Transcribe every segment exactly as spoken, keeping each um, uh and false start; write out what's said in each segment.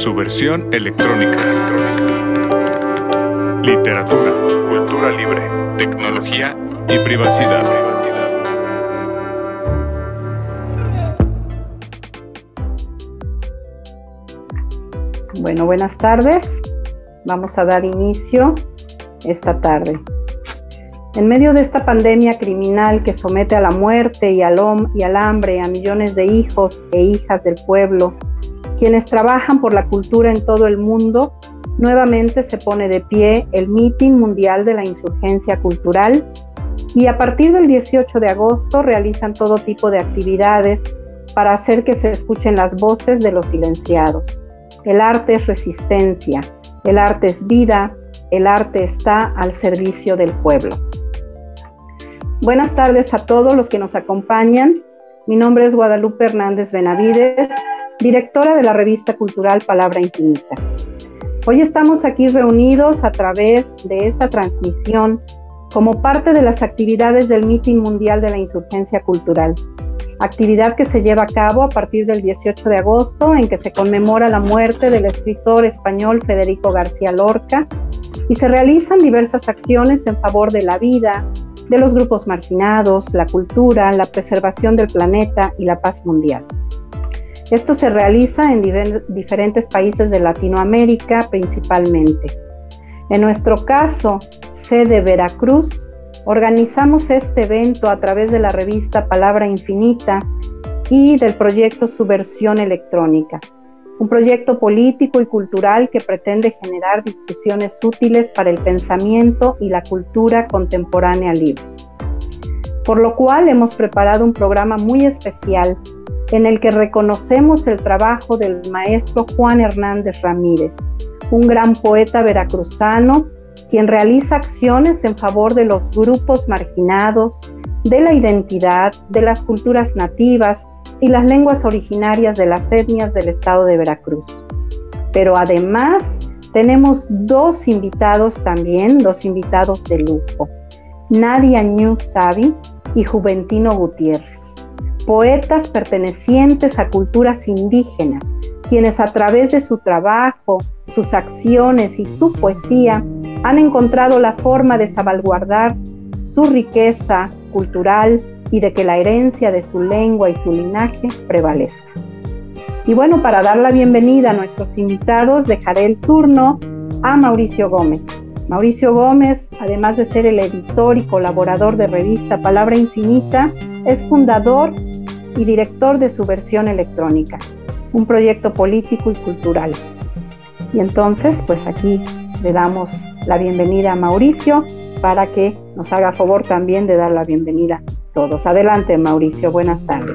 su versión electrónica. Literatura, cultura libre, tecnología y privacidad. Bueno, buenas tardes. Vamos a dar inicio esta tarde. En medio de esta pandemia criminal que somete a la muerte y al, hom- y al hambre a millones de hijos e hijas del pueblo, quienes trabajan por la cultura en todo el mundo, nuevamente se pone de pie el Meeting Mundial de la Insurgencia Cultural y a partir del dieciocho de agosto realizan todo tipo de actividades para hacer que se escuchen las voces de los silenciados. El arte es resistencia, el arte es vida, el arte está al servicio del pueblo. Buenas tardes a todos los que nos acompañan. Mi nombre es Guadalupe Hernández Benavides, directora de la revista cultural Palabra Infinita. Hoy estamos aquí reunidos a través de esta transmisión como parte de las actividades del Meeting Mundial de la Insurgencia Cultural, actividad que se lleva a cabo a partir del dieciocho de agosto, en que se conmemora la muerte del escritor español Federico García Lorca, y se realizan diversas acciones en favor de la vida, de los grupos marginados, la cultura, la preservación del planeta y la paz mundial. Esto se realiza en diver- diferentes países de Latinoamérica principalmente. En nuestro caso, sede Veracruz, organizamos este evento a través de la revista Palabra Infinita y del proyecto Su Versión Electrónica, un proyecto político y cultural que pretende generar discusiones útiles para el pensamiento y la cultura contemporánea libre. Por lo cual hemos preparado un programa muy especial en el que reconocemos el trabajo del maestro Juan Hernández Ramírez, un gran poeta veracruzano, quien realiza acciones en favor de los grupos marginados, de la identidad, de las culturas nativas y las lenguas originarias de las etnias del estado de Veracruz. Pero además tenemos dos invitados también, dos invitados de lujo, Nadia Ñu Savi y Juventino Gutiérrez, poetas pertenecientes a culturas indígenas, quienes a través de su trabajo, sus acciones y su poesía han encontrado la forma de salvaguardar su riqueza cultural y de que la herencia de su lengua y su linaje prevalezca. Y bueno, para dar la bienvenida a nuestros invitados, dejaré el turno a Mauricio Gómez. Mauricio Gómez, además de ser el editor y colaborador de revista Palabra Infinita, es fundador y director de Su Versión Electrónica, un proyecto político y cultural. Y entonces, pues aquí le damos la bienvenida a Mauricio para que nos haga favor también de dar la bienvenida a todos. Adelante, Mauricio, buenas tardes.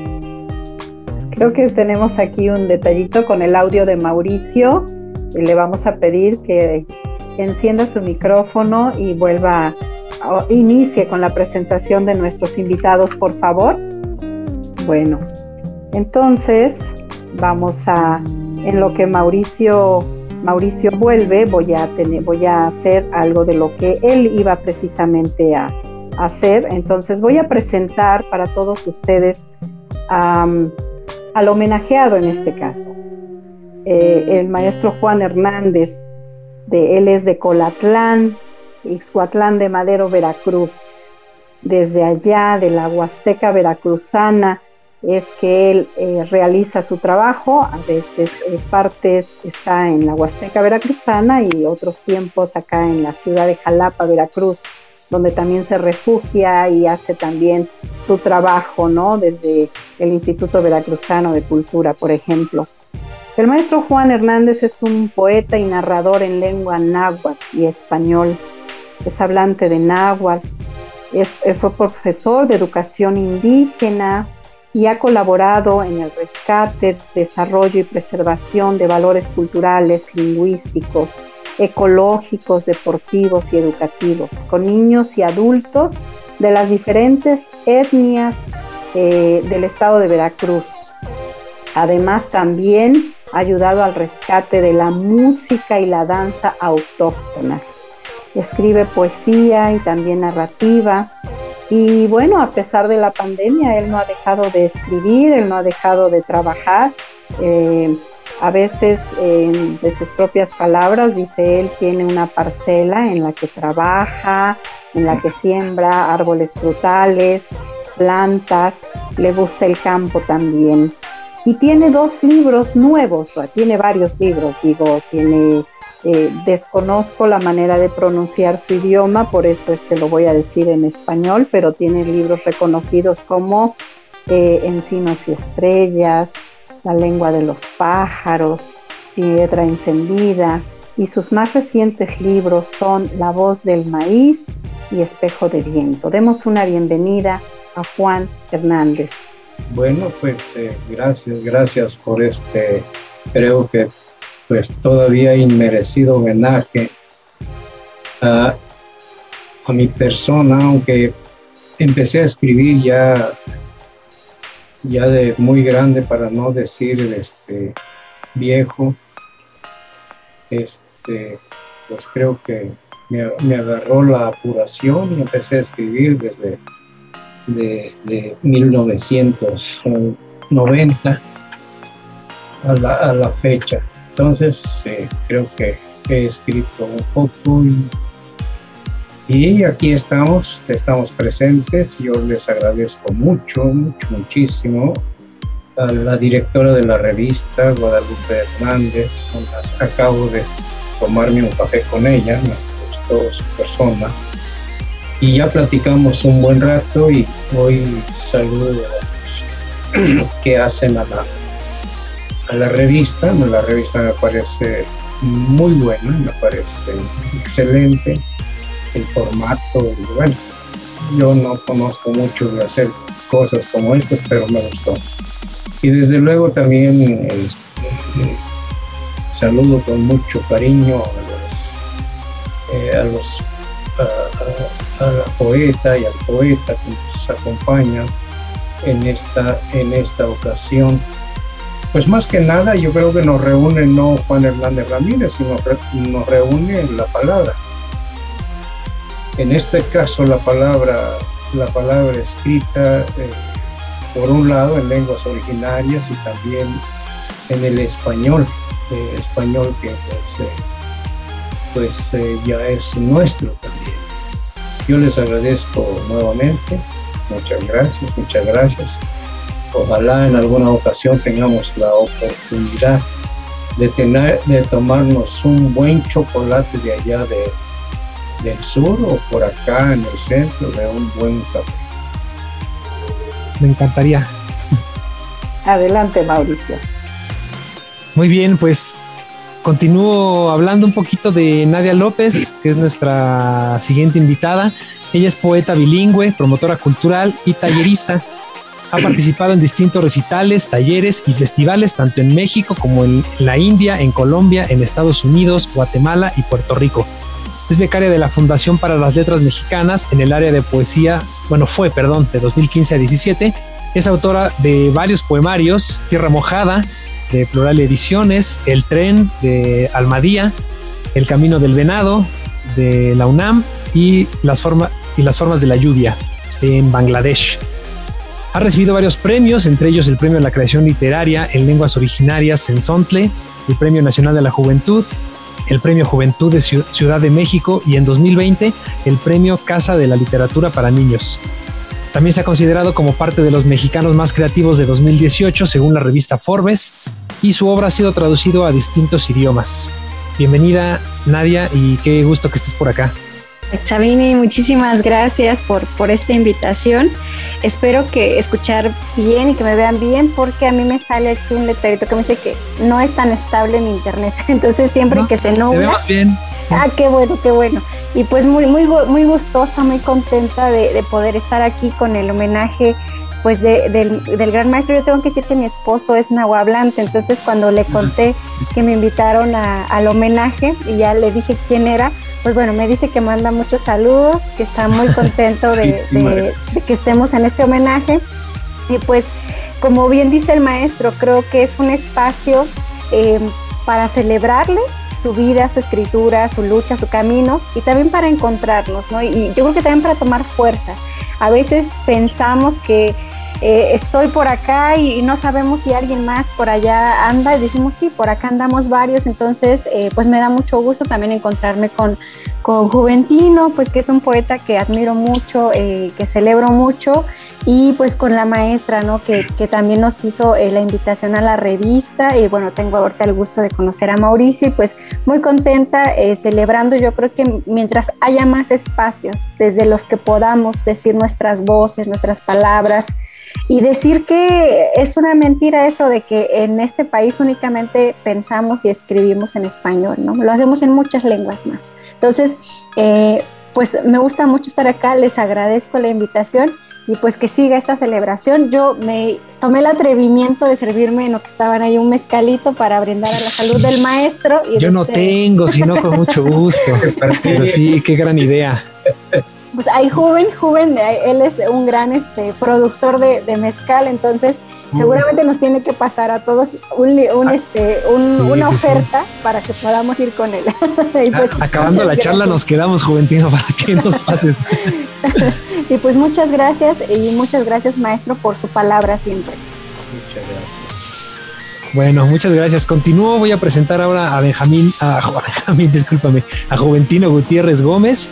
Creo que tenemos aquí un detallito con el audio de Mauricio. Le vamos a pedir que encienda su micrófono y vuelva, a, inicie con la presentación de nuestros invitados, por favor. Bueno, entonces vamos a, en lo que Mauricio, Mauricio vuelve, voy a tener, voy a hacer algo de lo que él iba precisamente a, a hacer. Entonces voy a presentar para todos ustedes um, al homenajeado en este caso, eh, el maestro Juan Hernández. De, él es de Colatlán, Ixcuatlán de Madero, Veracruz. Desde allá, de la Huasteca veracruzana, es que él eh, realiza su trabajo. A veces eh, partes está en la Huasteca veracruzana y otros tiempos acá en la ciudad de Jalapa, Veracruz, donde también se refugia y hace también su trabajo, ¿no? Desde el Instituto Veracruzano de Cultura, por ejemplo. El maestro Juan Hernández es un poeta y narrador en lengua náhuatl y español. Es hablante de náhuatl, es, fue profesor de educación indígena y ha colaborado en el rescate, desarrollo y preservación de valores culturales, lingüísticos, ecológicos, deportivos y educativos, con niños y adultos de las diferentes etnias eh, del estado de Veracruz. Además, también ha ayudado al rescate de la música y la danza autóctonas. Escribe poesía y también narrativa. Y bueno, a pesar de la pandemia, él no ha dejado de escribir, él no ha dejado de trabajar. Eh, A veces, eh, de sus propias palabras, dice él, tiene una parcela en la que trabaja, en la que siembra árboles frutales, plantas, le gusta el campo también. Y tiene dos libros nuevos, o tiene varios libros, digo, tiene, eh, desconozco la manera de pronunciar su idioma, por eso este lo voy a decir en español, pero tiene libros reconocidos como eh, Encinos y Estrellas, La lengua de los pájaros, Piedra encendida, y sus más recientes libros son La voz del maíz y Espejo de viento. Demos una bienvenida a Juan Hernández. Bueno, pues eh, gracias, gracias por este, creo que pues todavía inmerecido homenaje a, a mi persona, aunque empecé a escribir ya ya de muy grande, para no decir este viejo. Este pues creo que me, me agarró la apuración y empecé a escribir desde, desde mil novecientos noventa a la, a la fecha. Entonces eh, creo que he escrito un poco y Y aquí estamos, estamos presentes. Yo les agradezco mucho, mucho, muchísimo a la directora de la revista, Guadalupe Hernández. Acabo de tomarme un café con ella, me gustó su persona. Y ya platicamos un buen rato y hoy saludo a los que hacen a la, a la revista. La revista me parece muy buena, me parece excelente. El formato, y bueno, yo no conozco mucho de hacer cosas como estas, pero me gustó. Y desde luego también este, saludo con mucho cariño a los, eh, a, los a, a, a la poeta y al poeta que nos acompañan en esta, en esta ocasión. Pues más que nada yo creo que nos reúne no Juan Hernández Ramírez, sino re, nos reúne la palabra. En este caso la palabra, la palabra escrita, eh, por un lado en lenguas originarias y también en el español, eh, español que pues, eh, pues eh, ya es nuestro también. Yo les agradezco nuevamente, muchas gracias, muchas gracias. Ojalá en alguna ocasión tengamos la oportunidad de, tener, de tomarnos un buen chocolate de allá de del sur o por acá en el centro, de un buen café. Me encantaría. Adelante, Mauricio. Muy bien, pues continúo hablando un poquito de Nadia López, que es nuestra siguiente invitada. Ella es poeta bilingüe, promotora cultural y tallerista. Ha participado en distintos recitales, talleres y festivales, tanto en México como en la India, en Colombia, en Estados Unidos, Guatemala y Puerto Rico. Es becaria de la Fundación para las Letras Mexicanas en el área de poesía, bueno, fue, perdón, de dos mil quince a diecisiete. Es autora de varios poemarios: Tierra Mojada, de Plural Ediciones, El Tren, de Almadía, El Camino del Venado, de la UNAM, y Las, forma, y las Formas de la Lluvia, en Bangladesh. Ha recibido varios premios, entre ellos el Premio a la Creación Literaria en Lenguas Originarias en Sontle, el Premio Nacional de la Juventud, el Premio Juventud de Ciudad de México y en dos mil veinte el Premio Casa de la Literatura para Niños. También se ha considerado como parte de los mexicanos más creativos de dos mil dieciocho según la revista Forbes, y su obra ha sido traducido a distintos idiomas. Bienvenida, Nadia, y qué gusto que estés por acá. Chavini, muchísimas gracias por, por esta invitación. Espero que escuchar bien y que me vean bien, porque a mí me sale aquí un letrerito que me dice que no es tan estable mi internet. Entonces siempre no, que se nubla. Te vemos bien. Sí. Ah, qué bueno, qué bueno. Y pues muy, muy, muy gustosa, muy contenta de, de poder estar aquí con el homenaje pues de, del, del gran maestro. Yo tengo que decir que mi esposo es nahuablante, entonces cuando le conté que me invitaron a, al homenaje y ya le dije quién era, pues bueno, me dice que manda muchos saludos, que está muy contento de, de, de que estemos en este homenaje. Y pues, como bien dice el maestro, creo que es un espacio eh, para celebrarle su vida, su escritura, su lucha, su camino, y también para encontrarnos, ¿no? Y yo creo que también para tomar fuerza. A veces pensamos que eh, estoy por acá y, y no sabemos si alguien más por allá anda, y decimos sí, por acá andamos varios, entonces eh, pues me da mucho gusto también encontrarme con, con Juventino, pues que es un poeta que admiro mucho, eh, que celebro mucho, y pues con la maestra, ¿no? Que, que también nos hizo eh, la invitación a la revista, y bueno, tengo ahorita el gusto de conocer a Mauricio, y pues muy contenta, eh, celebrando. Yo creo que mientras haya más espacios desde los que podamos decir nuestras voces, nuestras palabras, y decir que es una mentira eso de que en este país únicamente pensamos y escribimos en español, ¿no? Lo hacemos en muchas lenguas más. Entonces, eh, pues me gusta mucho estar acá, les agradezco la invitación, y pues que siga esta celebración. Yo me tomé el atrevimiento de servirme en lo que estaban ahí un mezcalito para brindar a la salud del maestro. Y Yo no ustedes. tengo, sino con mucho gusto. Pero sí, qué gran idea. Pues hay Juven, Juven, él es un gran este, productor de, de mezcal, entonces seguramente nos tiene que pasar a todos un, un, este, un, sí, una sí, oferta sí. para que podamos ir con él. Y pues, acabando la gracias. charla nos quedamos, Juventino, para que nos pases. Y pues muchas gracias, y muchas gracias, maestro, por su palabra siempre. Muchas gracias. Bueno, muchas gracias. Continúo, voy a presentar ahora a Benjamín, a, a Benjamín, discúlpame, a Juventino Gutiérrez Gómez.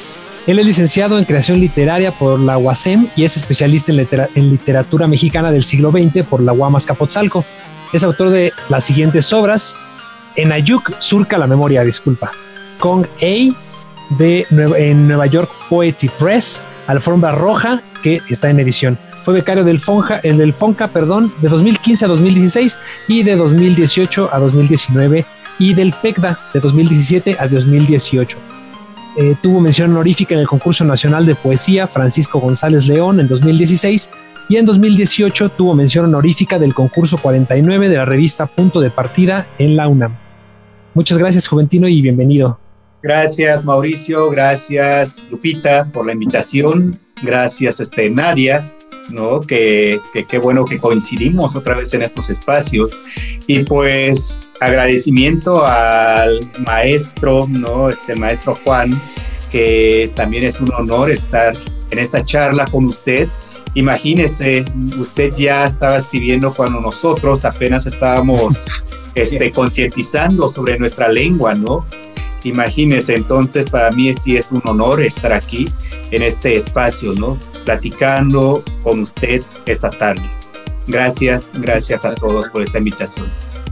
Él es licenciado en creación literaria por la U A S E M y es especialista en, litera- en literatura mexicana del siglo veinte por la U A M Azcapotzalco. Es autor de las siguientes obras: Enayuk surca la memoria, disculpa. Kong A de Nueva, en Nueva York Poetry Press, Alfombra Roja, que está en edición. Fue becario del Fonja, el del Fonca, perdón, de dos mil quince a dos mil dieciséis y de dos mil dieciocho a dos mil diecinueve, y del PECDA de dos mil diecisiete a dos mil dieciocho. Eh, tuvo mención honorífica en el Concurso Nacional de Poesía Francisco González León en dos mil dieciséis, y en dos mil dieciocho tuvo mención honorífica del Concurso cuarenta y nueve de la revista Punto de Partida en la UNAM. Muchas gracias, Juventino, y bienvenido. Gracias, Mauricio, gracias, Lupita, por la invitación, gracias, este, Nadia, ¿no? Que qué bueno que coincidimos otra vez en estos espacios, y pues agradecimiento al maestro, ¿no? Este maestro Juan, que también es un honor estar en esta charla con usted. Imagínese, usted ya estaba escribiendo cuando nosotros apenas estábamos este, concientizando sobre nuestra lengua, ¿no? Imagínese, entonces para mí sí es un honor estar aquí en este espacio, ¿no? Platicando con usted esta tarde. Gracias, gracias a todos por esta invitación.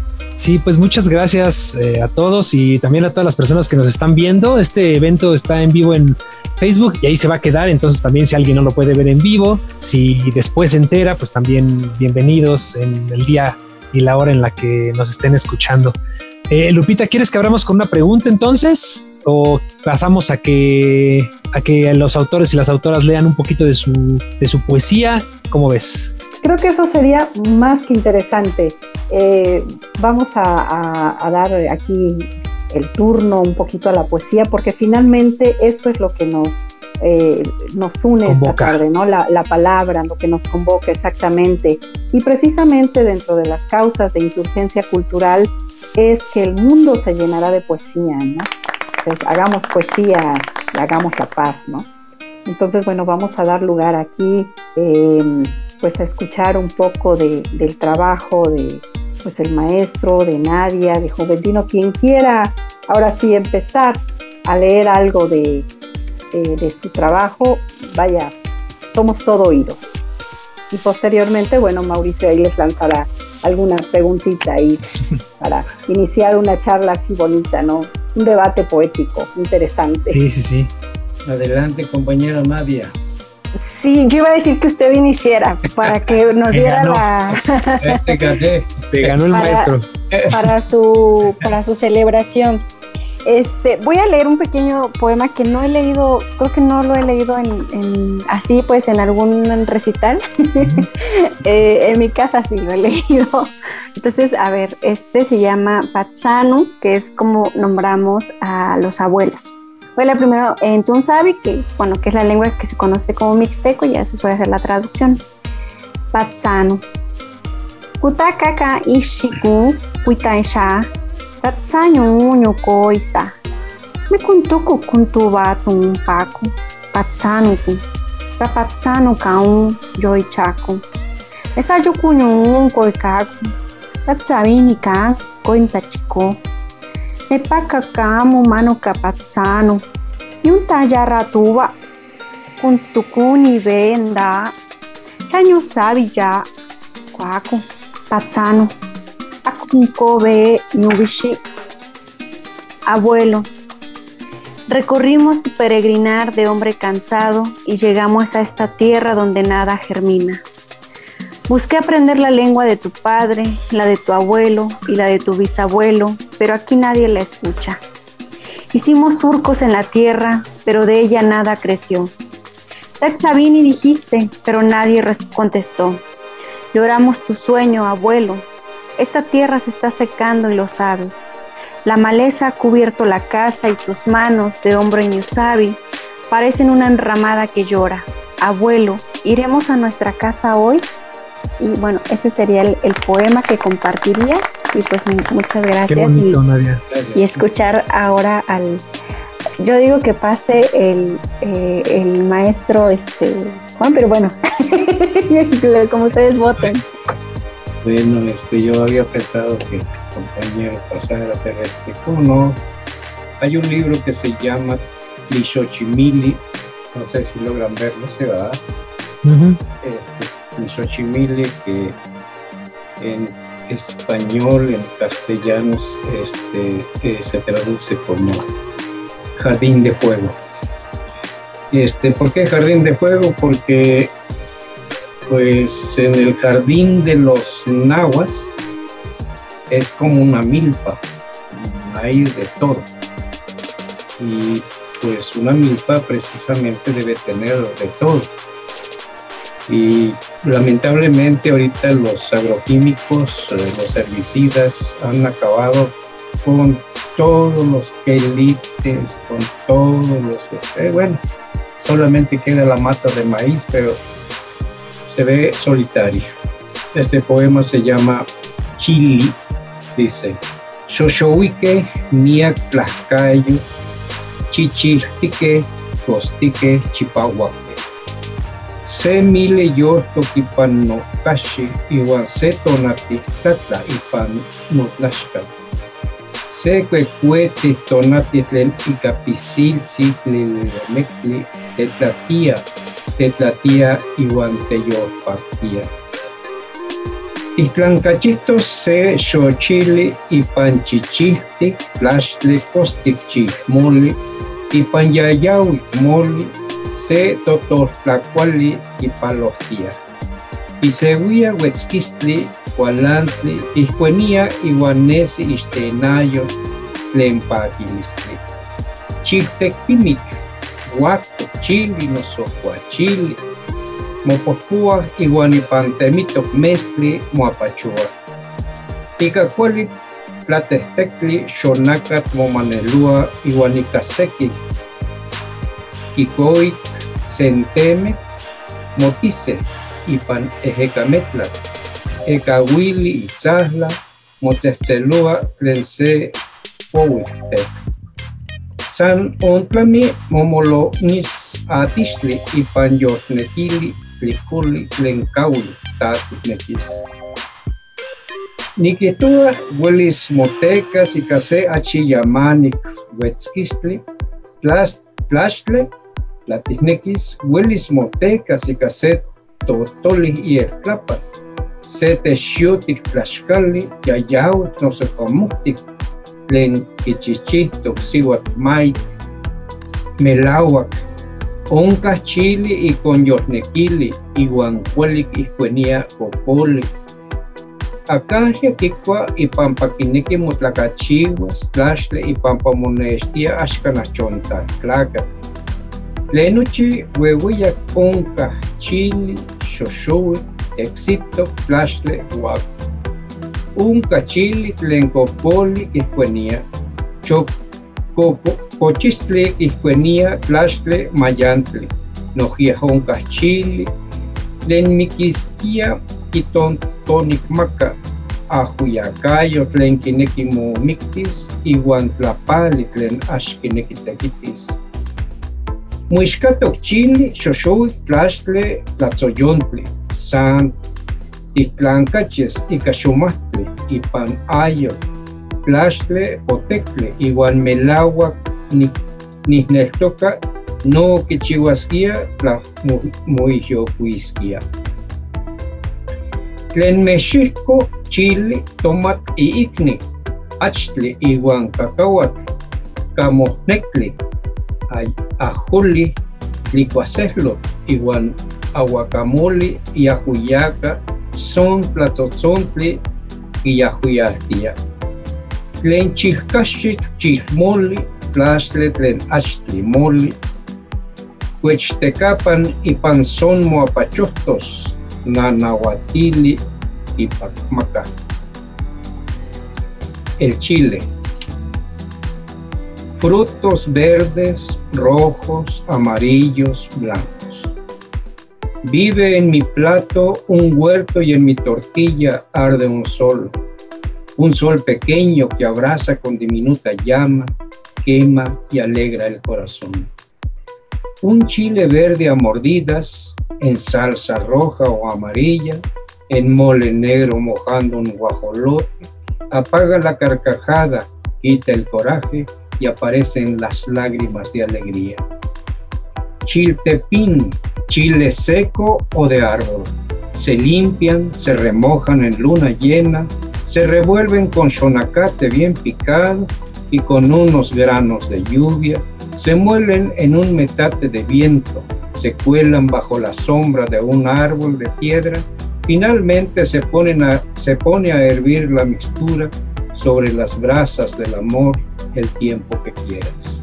Sí, pues muchas gracias eh, a todos, y también a todas las personas que nos están viendo. Este evento está en vivo en Facebook y ahí se va a quedar, entonces también si alguien no lo puede ver en vivo, si después se entera, pues también bienvenidos en el día y la hora en la que nos estén escuchando. Eh, Lupita, ¿quieres que abramos con una pregunta entonces? ¿O pasamos a que, a que los autores y las autoras lean un poquito de su, de su poesía? ¿Cómo ves? Creo que eso sería más que interesante. Eh, vamos a, a, a dar aquí el turno un poquito a la poesía, porque finalmente eso es lo que nos, eh, nos une convoca. Esta tarde, ¿no? La, la palabra, lo que nos convoca exactamente. Y precisamente dentro de las causas de insurgencia cultural es que el mundo se llenará de poesía, ¿no? Entonces, hagamos poesía, hagamos la paz, ¿no? Entonces, bueno, vamos a dar lugar aquí, eh, pues a escuchar un poco de, del trabajo de, pues el maestro, de Nadia, de Juventino, quien quiera ahora sí empezar a leer algo de, de, de su trabajo, vaya, somos todo oído. Y posteriormente, bueno, Mauricio ahí les lanzará alguna preguntita ahí para iniciar una charla así bonita, ¿no? Un debate poético interesante. Sí, sí, sí. Adelante, compañera Nadia. Sí, yo iba a decir que usted iniciara para que nos diera la... Te gané. Te ganó el para, maestro. Para su, para su celebración. Este, voy a leer un pequeño poema que no he leído, creo que no lo he leído en, en así pues en algún recital. Uh-huh. eh, en mi casa sí lo he leído. Entonces, a ver, este se llama Patsanu, que es como nombramos a los abuelos. Fue la primera en Tunzavi, que, bueno, que es la lengua que se conoce como mixteco, y eso puede ser la traducción. Patsanu. Kutakaka ishiku kuitaisha. Tatsanyu nyuko isa. Me kuntuku kuntuba tumpaku. Patsanu ku. Patsanu kaun joichaku. Esa yo cuñun koi kaku. Tatsabini kan koi tachiko. Me paka kamu mano kapatsano. Yun tayaratuba. Kun tukuni venda. Taño sabi ya. Kwaku. Patsano. Akunkobe Nubishi. Abuelo, recorrimos tu peregrinar de hombre cansado y llegamos a esta tierra donde nada germina. Busqué aprender la lengua de tu padre, la de tu abuelo y la de tu bisabuelo, pero aquí nadie la escucha. Hicimos surcos en la tierra, pero de ella nada creció. Tatsabini dijiste, pero nadie contestó. Lloramos tu sueño, abuelo. Esta tierra se está secando y lo sabes. La maleza ha cubierto la casa y tus manos de hombro ñusabi parecen una enramada que llora. Abuelo, ¿iremos a nuestra casa hoy? Y bueno, ese sería el, el poema que compartiría. Y pues muchas gracias. Qué bonito, y, Nadia. y escuchar ahora al... Yo digo que pase el, eh, el maestro este, Juan, pero bueno, como ustedes voten. Bueno, este, yo había pensado que el compañero pasara, pero este, ¿cómo no? Hay un libro que se llama Tlishochimili, no sé si logran verlo, ¿se va? Uh-huh. Este, Tlishochimili, que en español, en castellano, este, eh, se traduce como Jardín de Fuego. Este, ¿por qué Jardín de Fuego? Porque pues en el jardín de los nahuas es como una milpa, hay de todo. Y pues una milpa precisamente debe tener de todo. Y lamentablemente ahorita los agroquímicos, los herbicidas han acabado con todos los quelites, con todos los... Eh, bueno, solamente queda la mata de maíz, pero se ve solitaria. Este poema se llama Chili, dice: Xoxohuique, niac tlaxcayo, chichiltique, costique, chipahuaque. Se mile yorto kipan no kashi, iwan se tonati tlatla ipan no tlaxcal. Se cuecuete tonati tlen icapisil sitli lemectli tetlatia, tetlatia iwan teyorpatia. Itlancachito se xochili ipan chichilti, tlaxtle costic chilmoli, ipan yayaui moli, se totortlacuali ipalostia. Iseuia huetzquistli, cualantli, iscuenia iwanesi istenayo, tlenpaquilistli. Chiltecpimic, huaco, chili, nosocuachili, mopocua iwan ipantemitoc mestli, moapachua. Icacuali, tlatestecli, xonacat, momanelua, iwan icaseki, Kikoit, Centeme, Motise, Ipan Ejecametla, Ecahuili, Itzahla, Motestelua, Tlense, Powiltec. San Ontlami, Momolonis, Atixli, Ipan Yotnetili, Tliculi, Tlencauli, Tatnetis. Niquitua, Huelis Motecas, Icase, Achiyamanic, Huetzquistli, Tlas, Tlaxtle, Tlatihnequis, Huelis Motecas y Caset, Totoli y el Tlapa, Sete Xiotic Tlaxcali, Yayau, Nosocomutic, Tlen Quichichito, Siwat Mait, Melauac, Onca Chili y con Yornequili, Iguancuelic y Cuenia Popoli. Acacia Ticua y Pampaquinequi Motlacachihuas, Tlaxtle y Pampamonestia Axcanachonta, Tlacat. Tlenuchi, Huehuilla, Onca, Chili, Xoxohui, Exito, Tlaxtle, Huac. Unca Chili, Tlencopoli, Iscuenia. Cochistli, Iscuenia, Tlaxtle, Mayantli. Nojia Onca Chili, Tlenmiquisquia, Quiton Tonic Maca, Ajuyacayo, Tlen Quinequimo Mictis, Iwan Tlapali, Tlen Axquinequitequitis. Muixcatoc Chili, Xoxohui, Tlaxtle, Tlatzoyontli, San Titlancaches y Cachumastle y Pan Ayo, Tlaxtle, Potecle, igual Melagua, Nisneltoca, no Quichihuasquia, la Muillo Huisquia. Tlen Mexico, Chile, Tomat y Icni, Achtle, igual Cacahuatl, Camonecle, Ajuli, Licuaceslo, igual Aguacamole y Ajuyaca, son Tlatzotzontle y Ajuyastia. Tlen Chilcachit, Chilmole, Tlaxtle, Tlen Achtli, Mole, Cuechtecapan y Panzón Moapachostos, Nanahuatili y Pacmaca. El chile. Frutos verdes, rojos, amarillos, blancos. Vive en mi plato un huerto y en mi tortilla arde un sol. Un sol pequeño que abraza con diminuta llama, quema y alegra el corazón. Un chile verde a mordidas, en salsa roja o amarilla, en mole negro mojando un guajolote, apaga la carcajada, quita el coraje y aparecen las lágrimas de alegría. Chiltepín, chile seco o de árbol, se limpian, se remojan en luna llena, se revuelven con xonacate bien picado y con unos granos de lluvia, se muelen en un metate de viento, se cuelan bajo la sombra de un árbol de piedra, finalmente se, ponen a, se pone a hervir la mixtura sobre las brasas del amor el tiempo que quieras.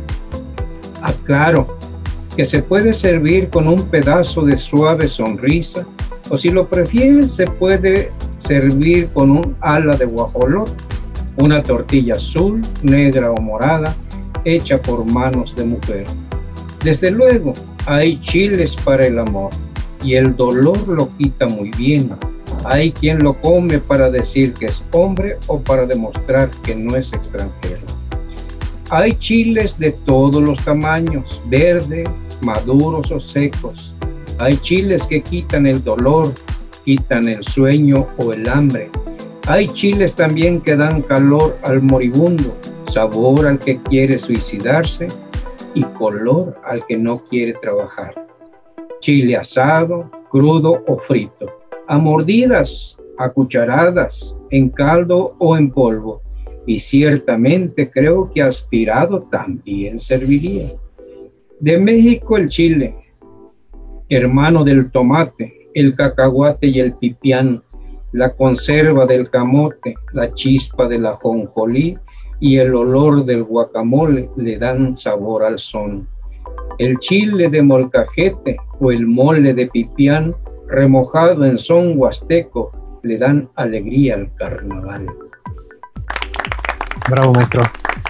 Aclaro que se puede servir con un pedazo de suave sonrisa, o si lo prefieres se puede servir con un ala de guajolote, una tortilla azul, negra o morada, hecha por manos de mujer. Desde luego, hay chiles para el amor, y el dolor lo quita muy bien. Hay quien lo come para decir que es hombre o para demostrar que no es extranjero. Hay chiles de todos los tamaños, verdes, maduros o secos. Hay chiles que quitan el dolor, quitan el sueño o el hambre. Hay chiles también que dan calor al moribundo, sabor al que quiere suicidarse y color al que no quiere trabajar. Chile asado, crudo o frito, a mordidas, a cucharadas, en caldo o en polvo. Y ciertamente creo que aspirado también serviría. De México el chile, hermano del tomate, el cacahuate y el pipián, la conserva del camote, la chispa del ajonjolí y el olor del guacamole le dan sabor al son. El chile de molcajete o el mole de pipián remojado en son huasteco le dan alegría al carnaval. Bravo, maestro.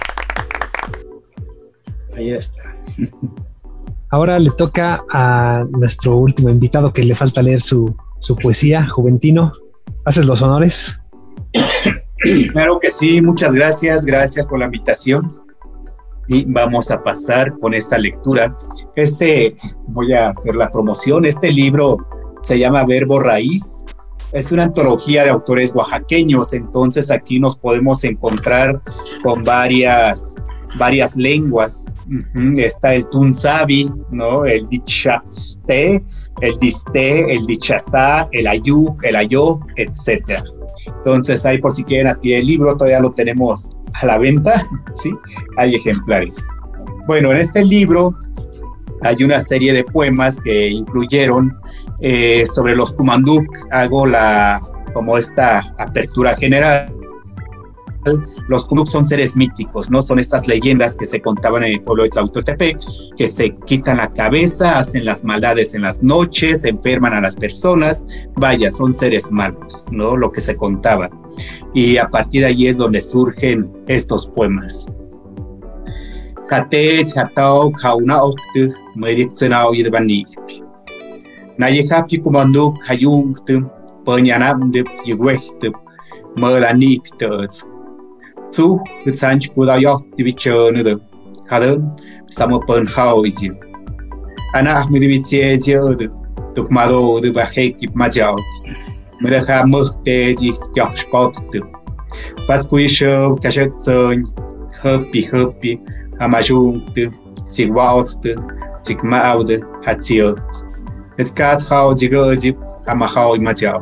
Ahí está. Ahora le toca a nuestro último invitado que le falta leer su, su poesía, Juventino. ¿Haces los honores? Claro que sí, muchas gracias, gracias por la invitación. Y vamos a pasar con esta lectura. Este, voy a hacer la promoción, este libro se llama Verbo Raíz. Es una antología de autores oaxaqueños, entonces aquí nos podemos encontrar con varias, varias lenguas. Uh-huh. Está el Tunzabi, ¿no? El Dichaste, el Diste, el Dichazá, el Ayú, el Ayó, etcétera. Entonces ahí por si quieren adquirir el libro, todavía lo tenemos a la venta, ¿sí? Hay ejemplares. Bueno, en este libro hay una serie de poemas que incluyeron eh, sobre los Kumanduk. Hago la, como esta apertura general. Los Kumanduk son seres míticos, ¿no? Son estas leyendas que se contaban en el pueblo de Tlahuitoltepec, que se quitan la cabeza, hacen las maldades en las noches, enferman a las personas. Vaya, son seres malos, ¿no? Lo que se contaba. Y a partir de allí es donde surgen estos poemas. Kate chatao kauna oktu meditsenao yidbani. Nayehapi Kumanduk hayungtu penyanamdip yigwehtu melanip tøds. Su utsanch kudayot divichönudu. Kadın samapön hauizin. Ana ahmidivitsie jödu tukmado du bahekip majau. me deja muerte y spot. Pascuisho, Cachazón, Happy, Happy, Amajung, Sigwalst, Sigmaud, Hatzio, Scat Hau, Zigozip, Amahau y Machao.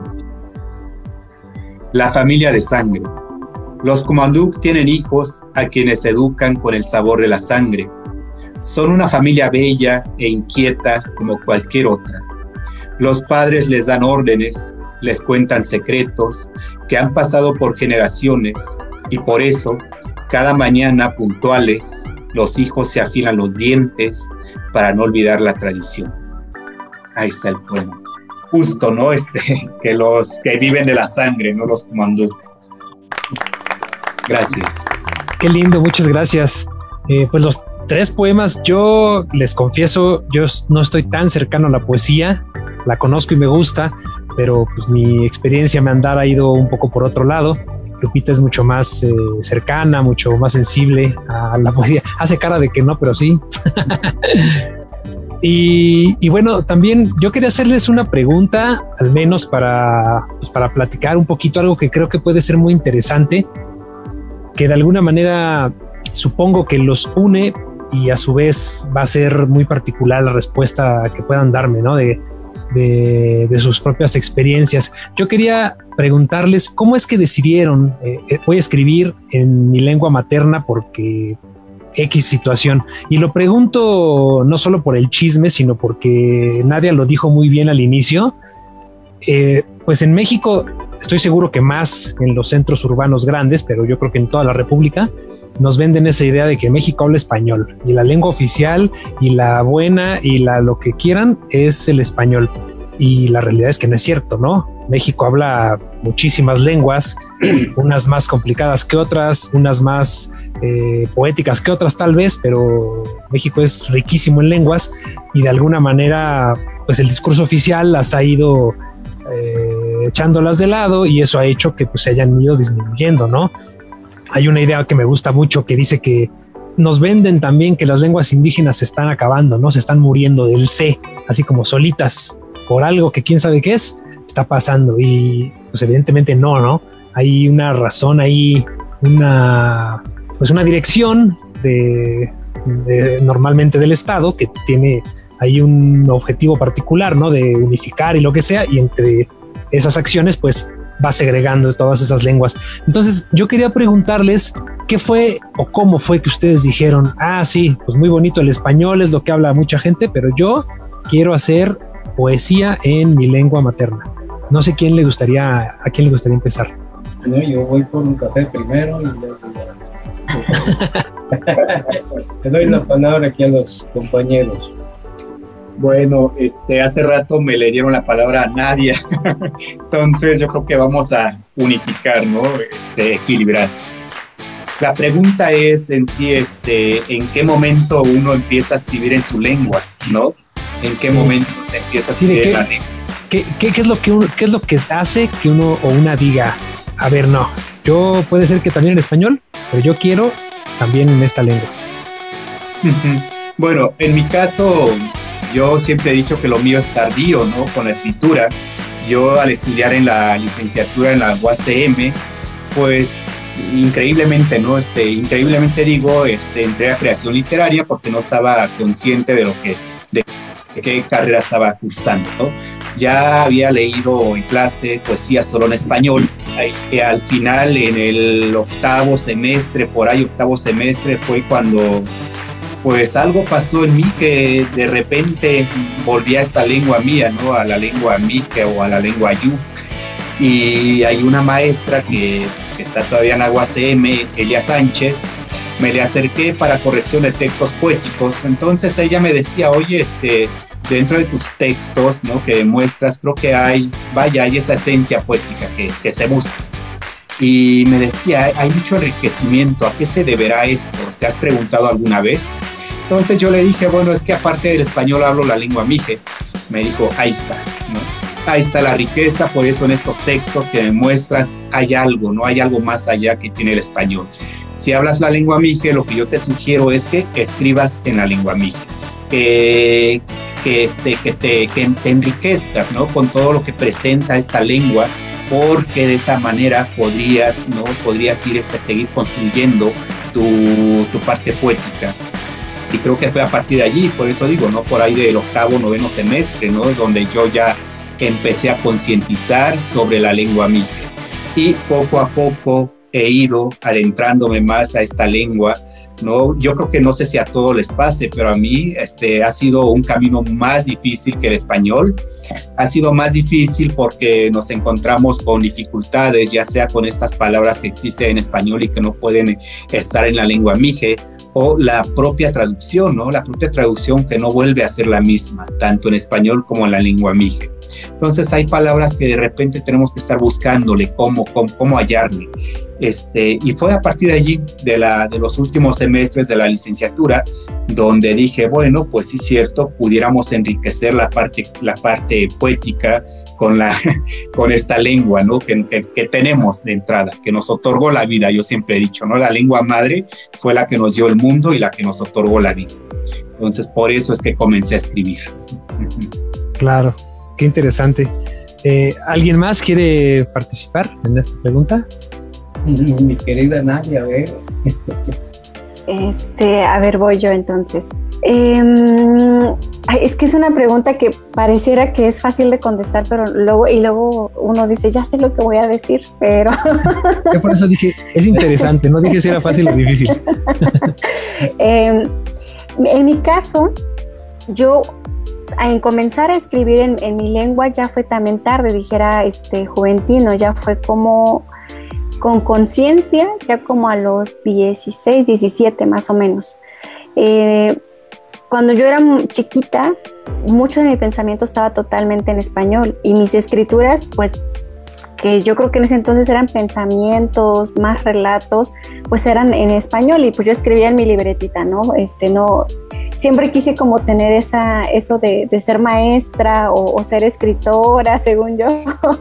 La familia de sangre. Los Kumanduk tienen hijos a quienes educan con el sabor de la sangre. Son una familia bella e inquieta como cualquier otra. Los padres les dan órdenes, les cuentan secretos que han pasado por generaciones y por eso, cada mañana puntuales, los hijos se afilan los dientes para no olvidar la tradición. Ahí está el poema. Justo, ¿no? Este, que los que viven de la sangre, no los Kumanduk. Gracias. Qué lindo, muchas gracias. Eh, pues los tres poemas, yo les confieso, yo no estoy tan cercano a la poesía, la conozco y me gusta, pero pues mi experiencia me andar ha ido un poco por otro lado. Lupita es mucho más eh, cercana, mucho más sensible a la poesía. Hace cara de que no, pero sí. y, y bueno, también yo quería hacerles una pregunta, al menos para, pues para platicar un poquito algo que creo que puede ser muy interesante, que de alguna manera supongo que los une y a su vez va a ser muy particular la respuesta que puedan darme, ¿no? De, de, de sus propias experiencias. Yo quería preguntarles cómo es que decidieron, eh, voy a escribir en mi lengua materna porque X situación. Y lo pregunto no solo por el chisme, sino porque Nadia lo dijo muy bien al inicio. Eh, pues en México, estoy seguro que más en los centros urbanos grandes, pero yo creo que en toda la República nos venden esa idea de que México habla español y la lengua oficial y la buena y la lo que quieran es el español. Y la realidad es que no es cierto, ¿no? México habla muchísimas lenguas, unas más complicadas que otras, unas más eh, poéticas que otras tal vez, pero México es riquísimo en lenguas y de alguna manera pues el discurso oficial las ha ido eh, echándolas de lado y eso ha hecho que pues se hayan ido disminuyendo, ¿no? Hay una idea que me gusta mucho que dice que nos venden también que las lenguas indígenas se están acabando, ¿no? Se están muriendo del C, así como solitas, por algo que quién sabe qué es, está pasando y pues evidentemente no, ¿no? Hay una razón ahí, una, pues una dirección de, de normalmente del Estado que tiene ahí un objetivo particular, ¿no? De unificar y lo que sea, y entre esas acciones pues va segregando todas esas lenguas. Entonces yo quería preguntarles qué fue o cómo fue que ustedes dijeron, ah sí, pues muy bonito el español, es lo que habla mucha gente, pero yo quiero hacer poesía en mi lengua materna. No sé quién le gustaría, a quién le gustaría empezar. No, yo voy por un café primero y luego le doy la palabra aquí a los compañeros. Bueno, este, hace rato me le dieron la palabra a Nadia, entonces yo creo que vamos a unificar, ¿no? Este, equilibrar. La pregunta es en sí, este, ¿en qué momento uno empieza a escribir en su lengua, ¿no? ¿En qué sí. momento se empieza a escribir sí, en la lengua? ¿Qué, qué, qué, es lo que uno, ¿Qué es lo que hace que uno o una diga, a ver, no, yo puede ser que también en español, pero yo quiero también en esta lengua? Uh-huh. Bueno, en mi caso, yo siempre he dicho que lo mío es tardío, ¿no? Con la escritura. Yo al estudiar en la licenciatura en la U A C M, pues increíblemente, ¿no? Este, increíblemente digo, este, entré a creación literaria porque no estaba consciente de lo que, de qué carrera estaba cursando, ¿no? Ya había leído en clase poesía solo en español. Y al final, en el octavo semestre, por ahí octavo semestre, fue cuando pues algo pasó en mí que de repente volví a esta lengua mía, ¿no? A la lengua mije o a la lengua yu. Y hay una maestra que, que está todavía en la U A C M, Elia Sánchez, me le acerqué para corrección de textos poéticos. Entonces ella me decía, oye, este, dentro de tus textos, ¿no? Que demuestras, creo que hay, vaya, hay esa esencia poética que, que se busca. Y me decía, hay mucho enriquecimiento, ¿a qué se deberá esto? ¿Te has preguntado alguna vez? Entonces yo le dije, bueno, es que aparte del español hablo la lengua mije. Me dijo, ahí está, ¿no? Ahí está la riqueza, por eso en estos textos que me muestras hay algo, ¿no? Hay algo más allá que tiene el español. Si hablas la lengua mije, lo que yo te sugiero es que escribas en la lengua mije. Que, que, este, que, te, que te enriquezcas, ¿no? Con todo lo que presenta esta lengua porque de esa manera podrías, ¿no? podrías ir este, seguir construyendo tu, tu parte poética. Y creo que fue a partir de allí, por eso digo, ¿no? Por ahí del octavo, noveno semestre, ¿no? Donde yo ya empecé a concientizar sobre la lengua mije. Y poco a poco he ido adentrándome más a esta lengua, ¿no? Yo creo que no sé si a todos les pase, pero a mí este, ha sido un camino más difícil que el español. Ha sido más difícil porque nos encontramos con dificultades, ya sea con estas palabras que existen en español y que no pueden estar en la lengua mije, o la propia traducción, ¿no? La propia traducción que no vuelve a ser la misma, tanto en español como en la lengua mije. Entonces hay palabras que de repente tenemos que estar buscándole cómo, cómo, cómo hallarle. Este, y fue a partir de allí, de, la, de los últimos semestres de la licenciatura, donde dije, bueno, pues sí es cierto, pudiéramos enriquecer la parte, la parte poética con, la, con esta lengua, ¿no? Que, que, que tenemos de entrada, que nos otorgó la vida. Yo siempre he dicho, ¿no? La lengua madre fue la que nos dio el mundo y la que nos otorgó la vida. Entonces, por eso es que comencé a escribir. Claro, qué interesante. Eh, ¿Alguien más quiere participar en esta pregunta? Mi querida Nadia, a ver. Este, a ver, voy yo entonces. Eh, es que es una pregunta que pareciera que es fácil de contestar, pero luego, y luego uno dice, ya sé lo que voy a decir, pero... Yo por eso dije, es interesante, no dije si era fácil o difícil. eh, en mi caso, yo en comenzar a escribir en, en mi lengua ya fue también tarde, dijera este juventino, ya fue como con conciencia, ya como a los dieciséis, diecisiete más o menos. Eh, cuando yo era chiquita, mucho de mi pensamiento estaba totalmente en español y mis escrituras, pues que yo creo que en ese entonces eran pensamientos, más relatos, pues eran en español y pues yo escribía en mi libretita, ¿no? Este, no, siempre quise como tener esa, eso de, de ser maestra o, o ser escritora, según yo,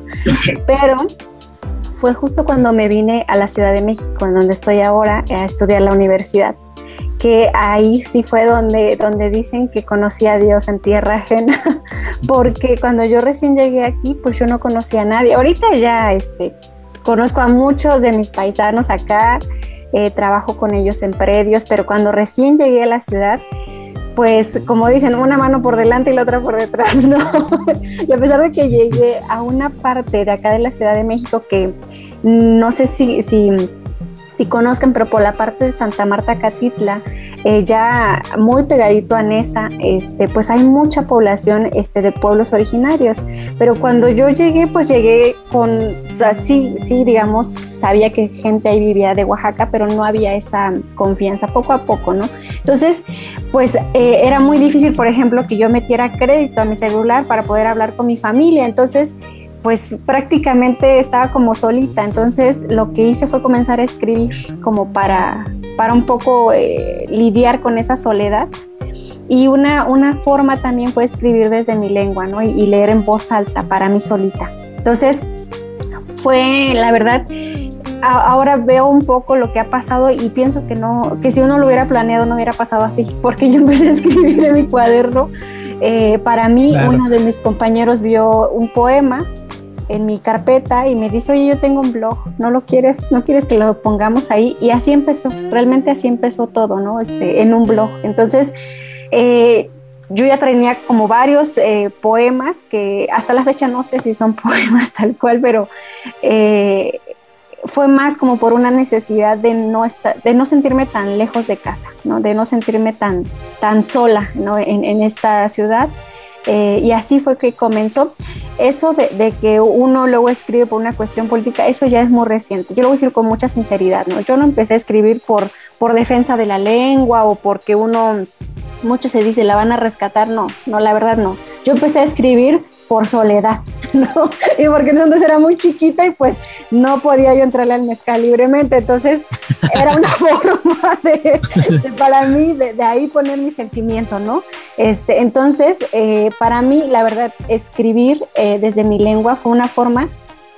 pero fue justo cuando me vine a la Ciudad de México, en donde estoy ahora, a estudiar la universidad, que ahí sí fue donde, donde dicen que conocí a Dios en tierra ajena, porque cuando yo recién llegué aquí, pues yo no conocía a nadie. Ahorita ya este, conozco a muchos de mis paisanos acá, eh, trabajo con ellos en predios, pero cuando recién llegué a la ciudad, pues como dicen, una mano por delante y la otra por detrás, ¿no? Y a pesar de que llegué a una parte de acá de la Ciudad de México que no sé si, si, si conozcan, pero por la parte de Santa Marta, Catitla, eh, ya muy pegadito a Nesa, este, pues hay mucha población este, de pueblos originarios, pero cuando yo llegué, pues llegué con, o sea, sí, sí, digamos, sabía que gente ahí vivía de Oaxaca, pero no había esa confianza poco a poco, ¿no? Entonces, pues eh, era muy difícil, por ejemplo, que yo metiera crédito a mi celular para poder hablar con mi familia, entonces pues prácticamente estaba como solita, entonces lo que hice fue comenzar a escribir como para, para un poco eh, lidiar con esa soledad, y una, una forma también fue escribir desde mi lengua, ¿no? y, y leer en voz alta para mí solita. Entonces fue, la verdad, a, ahora veo un poco lo que ha pasado y pienso que no, que si uno lo hubiera planeado no hubiera pasado así, porque yo empecé a escribir en mi cuaderno. Eh, para mí, claro. Uno de mis compañeros vio un poema en mi carpeta y me dice, oye, yo tengo un blog, ¿no lo quieres? ¿No quieres que lo pongamos ahí? Y así empezó, realmente así empezó todo, ¿no? Este, en un blog. Entonces, eh, yo ya tenía como varios eh, poemas que hasta la fecha no sé si son poemas tal cual, pero eh, fue más como por una necesidad de no, estar, de no sentirme tan lejos de casa, ¿no? De no sentirme tan, tan sola, ¿no? en, en esta ciudad. Eh, y así fue que comenzó. Eso de, de que uno luego escribe por una cuestión política, eso ya es muy reciente. Yo lo voy a decir con mucha sinceridad, ¿no? Yo no empecé a escribir por, por defensa de la lengua o porque uno, mucho se dice, la van a rescatar. No, no, la verdad no. Yo empecé a escribir por soledad, ¿no? Y porque entonces era muy chiquita y pues no podía yo entrarle al mezcal libremente, entonces era una forma de, de para mí, de, de ahí poner mi sentimiento, ¿no? Este, entonces, eh, para mí, la verdad, escribir eh, desde mi lengua fue una forma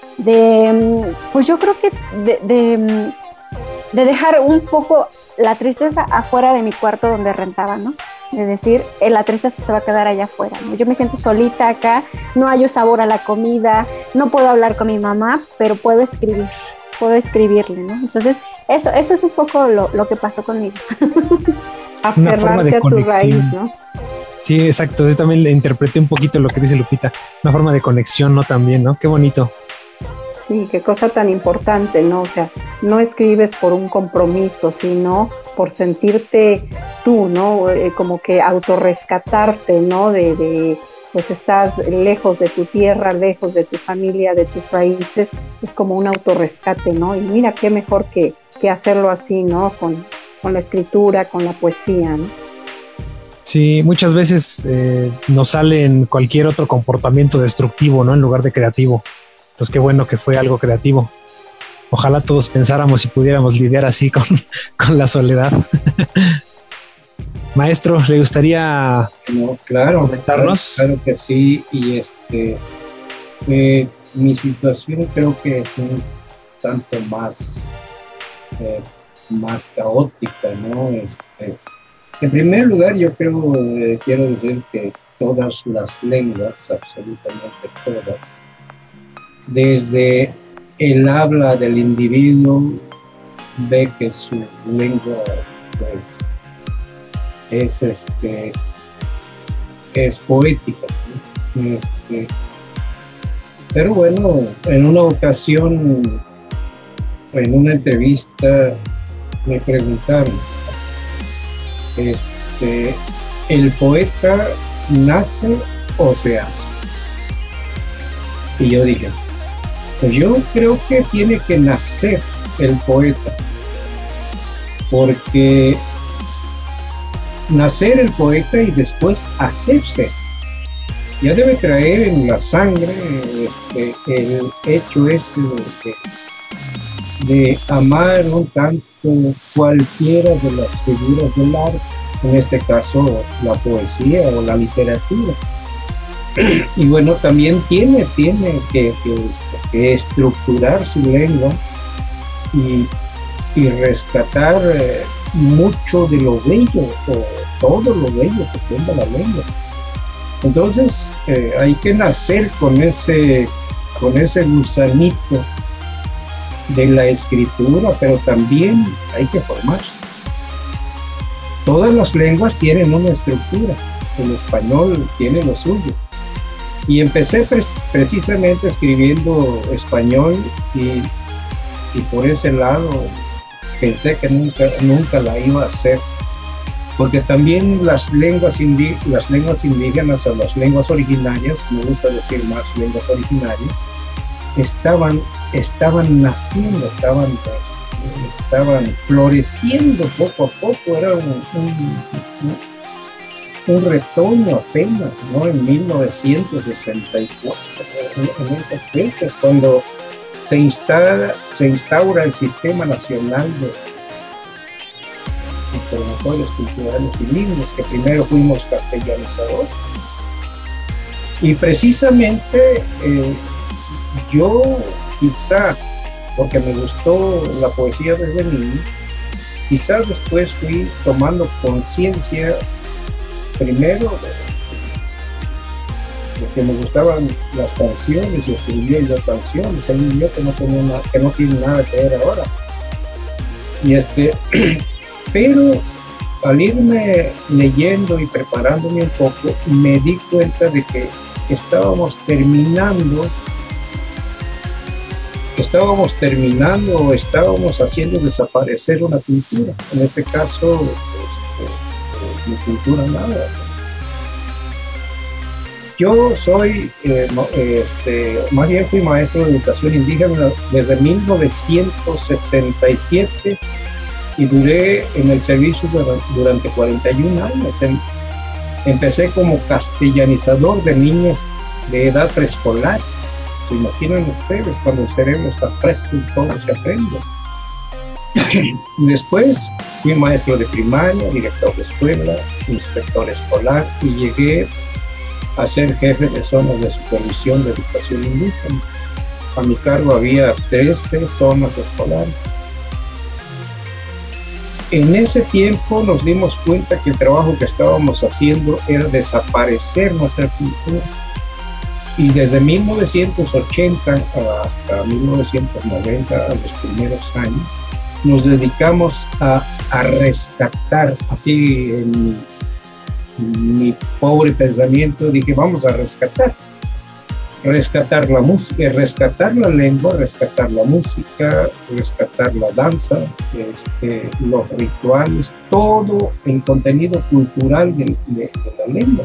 de, pues yo creo que de, de, de dejar un poco la tristeza afuera de mi cuarto donde rentaba, ¿no? de decir, eh, la tristeza se va a quedar allá afuera, ¿no? Yo me siento solita acá, no hallo sabor a la comida, no puedo hablar con mi mamá, pero puedo escribir, puedo escribirle, ¿no? Entonces, eso, eso es un poco lo, lo que pasó conmigo. Aferrarte a tu raíz, ¿no? Sí, exacto. Yo también le interpreté un poquito lo que dice Lupita. Una forma de conexión, ¿no? También, ¿no? Qué bonito. Sí, qué cosa tan importante, ¿no? O sea, no escribes por un compromiso, sino por sentirte tú, ¿no? Eh, como que autorrescatarte, ¿no? De, de, pues estás lejos de tu tierra, lejos de tu familia, de tus raíces. Es como un autorrescate, ¿no? Y mira qué mejor que, que hacerlo así, ¿no? Con, con la escritura, con la poesía, ¿no? Sí, muchas veces eh, nos sale en cualquier otro comportamiento destructivo, ¿no? En lugar de creativo. Entonces, qué bueno que fue algo creativo. Ojalá todos pensáramos y pudiéramos lidiar así con, con la soledad. Maestro, ¿le gustaría no, claro, comentarnos? Claro, claro que sí. Y este, eh, mi situación creo que es un tanto más, eh, más caótica, ¿no? Este, En primer lugar, yo creo, eh, quiero decir que todas las lenguas, absolutamente todas, desde el habla del individuo, ve que su lengua, pues, es, este, es poética, ¿no? Este, pero bueno, en una ocasión, en una entrevista, me preguntaron, Este, ¿el poeta nace o se hace? Y yo dije, pues yo creo que tiene que nacer el poeta, porque nacer el poeta y después hacerse, ya debe traer en la sangre este, el hecho este de, de amar un tanto cualquiera de las figuras del arte, en este caso la poesía o la literatura. Y bueno, también tiene, tiene que, que, que estructurar su lengua y, y rescatar eh, mucho de lo bello, o todo lo bello que tenga la lengua. Entonces eh, hay que nacer con ese, con ese gusanito de la escritura, pero también hay que formarse. Todas las lenguas tienen una estructura, el español tiene lo suyo. Y empecé pre- precisamente escribiendo español y, y por ese lado pensé que nunca, nunca la iba a hacer, porque también las lenguas, indí- las lenguas indígenas o las lenguas originarias, me gusta decir más lenguas originarias, estaban, estaban naciendo, estaban, estaban floreciendo poco a poco, era un, un, un retoño apenas, ¿no? En mil novecientos sesenta y cuatro, en esas fechas, cuando se instaura, se instaura el Sistema Nacional de Promotores Culturales y Bilingües, que primero fuimos castellanizadores. Y precisamente eh, yo quizá, porque me gustó la poesía desde niño, quizás después fui tomando conciencia primero de, de que me gustaban las canciones y escribía yo canciones, en un idioma que no, tenía nada, que no tiene nada que ver ahora. Y este, pero al irme leyendo y preparándome un poco, me di cuenta de que estábamos terminando estábamos terminando o estábamos haciendo desaparecer una cultura. En este caso, pues, eh, mi cultura nada. Yo soy, eh, este, más bien fui maestro de educación indígena desde mil novecientos sesenta y siete y duré en el servicio durante cuarenta y un años. Empecé como castellanizador de niños de edad preescolar. Se imaginan ustedes cuando el cerebro está fresco y todo se aprende. Después fui maestro de primaria, director de escuela, inspector escolar y llegué a ser jefe de zonas de supervisión de educación indígena. A mi cargo había trece zonas escolares. en ese tiempo nos dimos cuenta que el trabajo que estábamos haciendo era desaparecer nuestra cultura. Y desde mil novecientos ochenta hasta mil novecientos noventa, a los primeros años, nos dedicamos a, a rescatar, así en mi, en mi pobre pensamiento, dije, vamos a rescatar. Rescatar la música, rescatar la lengua, rescatar la música, rescatar la danza, este, los rituales, todo el contenido cultural de, de, de la lengua.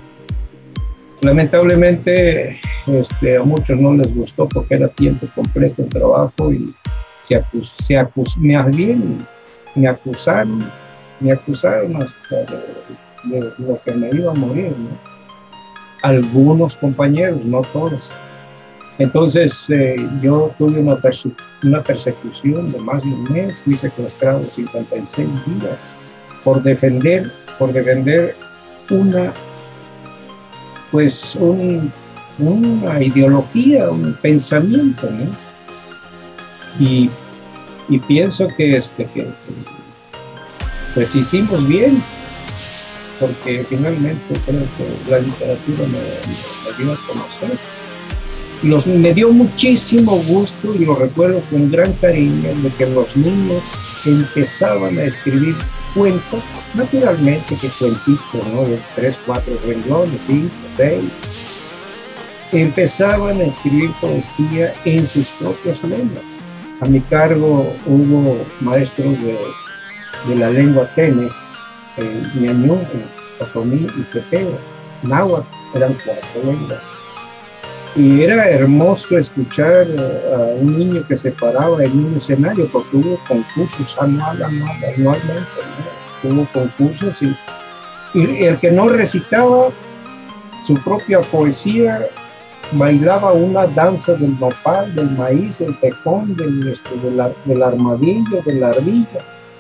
Lamentablemente este, a muchos no les gustó porque era tiempo completo el trabajo y se acus, se acus, más bien me acusaron, me acusaron hasta de, de lo que me iba a morir, ¿no? Algunos compañeros, no todos. Entonces eh, yo tuve una, perse una persecución de más de un mes, fui secuestrado cincuenta y seis días por defender, por defender una, pues un, una ideología, un pensamiento, ¿no? Y, y pienso que, este, que pues hicimos bien, porque finalmente creo que la literatura me, me dio a conocer. Los, me dio muchísimo gusto y lo recuerdo con gran cariño de que los niños empezaban a escribir cuentos, naturalmente que cuentitos, ¿no? De tres, cuatro renglones, cinco, seis. Empezaban a escribir poesía en sus propias lenguas. A mi cargo hubo maestros de, de la lengua tene, eh, ñañú, otomí y quepeo, náhuatl, eran cuatro lenguas. Y era hermoso escuchar uh, a un niño que se paraba en un escenario, porque hubo concursos anual, anual, anualmente, ¿no? Hubo concursos y, y el que no recitaba su propia poesía bailaba una danza del nopal, del maíz, del pecón, del, este, del, del armadillo, de la ardilla.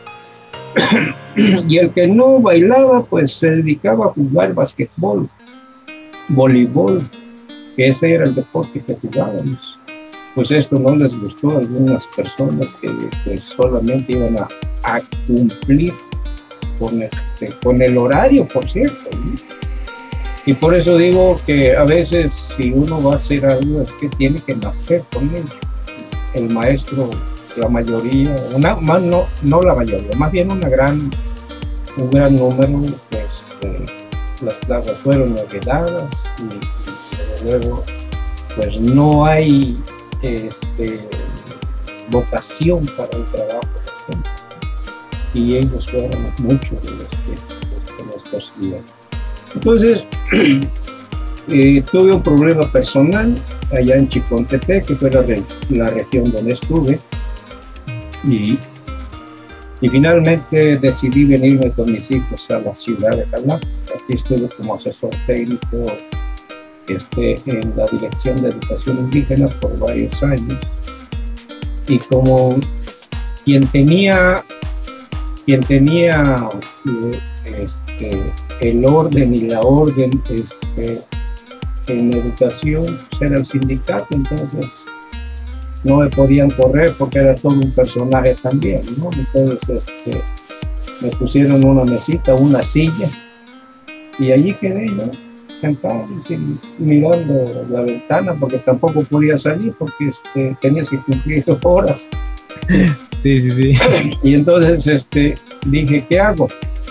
Y el que no bailaba, pues se dedicaba a jugar basquetbol, voleibol, que ese era el deporte que jugábamos. Pues esto no les gustó a algunas personas que pues, solamente iban a, a cumplir con, este, con el horario, por cierto, ¿no? Y por eso digo que a veces si uno va a hacer algo es que tiene que nacer con ello. El maestro, la mayoría, una, más no, no la mayoría, más bien una gran, un gran número, pues eh, las plazas fueron heredadas y, y desde luego pues no hay este, vocación para el trabajo docente. Y ellos fueron muchos de los que, de los que persiguieron. Entonces, eh, tuve un problema personal allá en Chicontepec, que fue la, la región donde estuve, y, y finalmente decidí venirme con mis hijos a la ciudad de Jalapa. Aquí estuve como asesor técnico este, en la Dirección de Educación Indígena por varios años, y como quien tenía, quien tenía eh, este, el orden y la orden este, en educación, pues era el sindicato, entonces no me podían correr porque era todo un personaje también, ¿no? Entonces este, me pusieron una mesita, una silla, y allí quedé yo, sentado, sin, mirando la ventana, porque tampoco podía salir porque este, tenías que cumplir dos horas. Sí, sí, sí. Y entonces este, dije, ¿qué hago?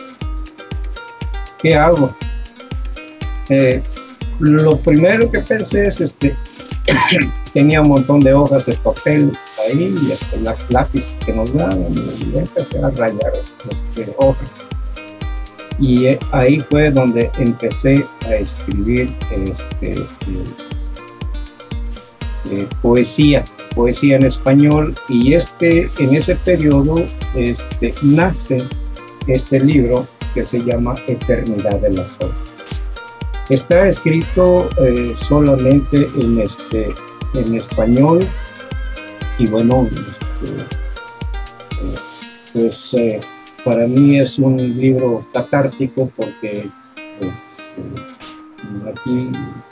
¿Qué hago? Eh, lo primero que pensé es, este, tenía un montón de hojas de papel ahí, y este, las lápices que nos daban, y empecé a rayar este, hojas. Y eh, ahí fue donde empecé a escribir este, eh, eh, poesía, poesía en español, y este, en ese periodo este, nace este libro que se llama Eternidad de las Horas. Está escrito eh, solamente en, este, en español, y bueno, este, eh, pues eh, para mí es un libro catártico porque pues, eh, aquí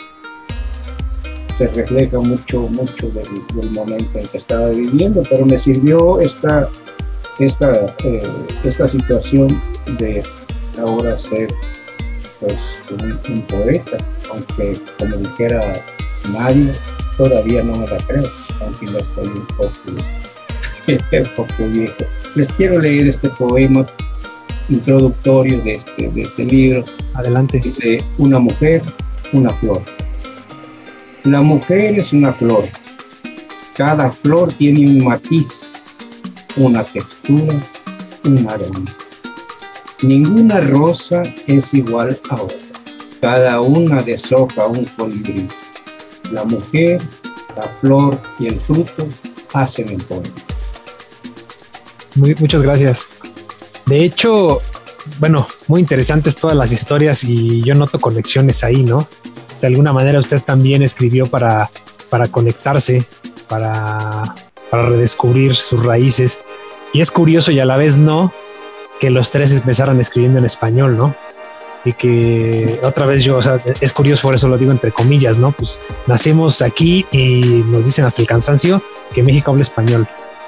se refleja mucho, mucho del, del momento en que estaba viviendo, pero me sirvió esta, esta, eh, esta situación de ahora ser pues un, un poeta, aunque como dijera nadie, todavía no me la creo, aunque ya estoy un poco, un poco viejo. Les quiero leer este poema introductorio de este, de este libro. Adelante. Dice: una mujer, una flor. La mujer es una flor. Cada flor tiene un matiz, una textura, un aroma. Ninguna rosa es igual a otra. Cada una deshoja un colibrí. La mujer, la flor y el fruto hacen el poema. Muy, muchas gracias. De hecho, bueno, muy interesantes todas las historias y yo noto conexiones ahí, ¿no? De alguna manera usted también escribió para, para conectarse, para, para redescubrir sus raíces. Y es curioso y a la vez no, que los tres empezaron escribiendo en español, ¿no? Y que otra vez yo, o sea, es curioso, por eso lo digo entre comillas, ¿no? Pues nacimos aquí y nos dicen hasta el cansancio que México habla español.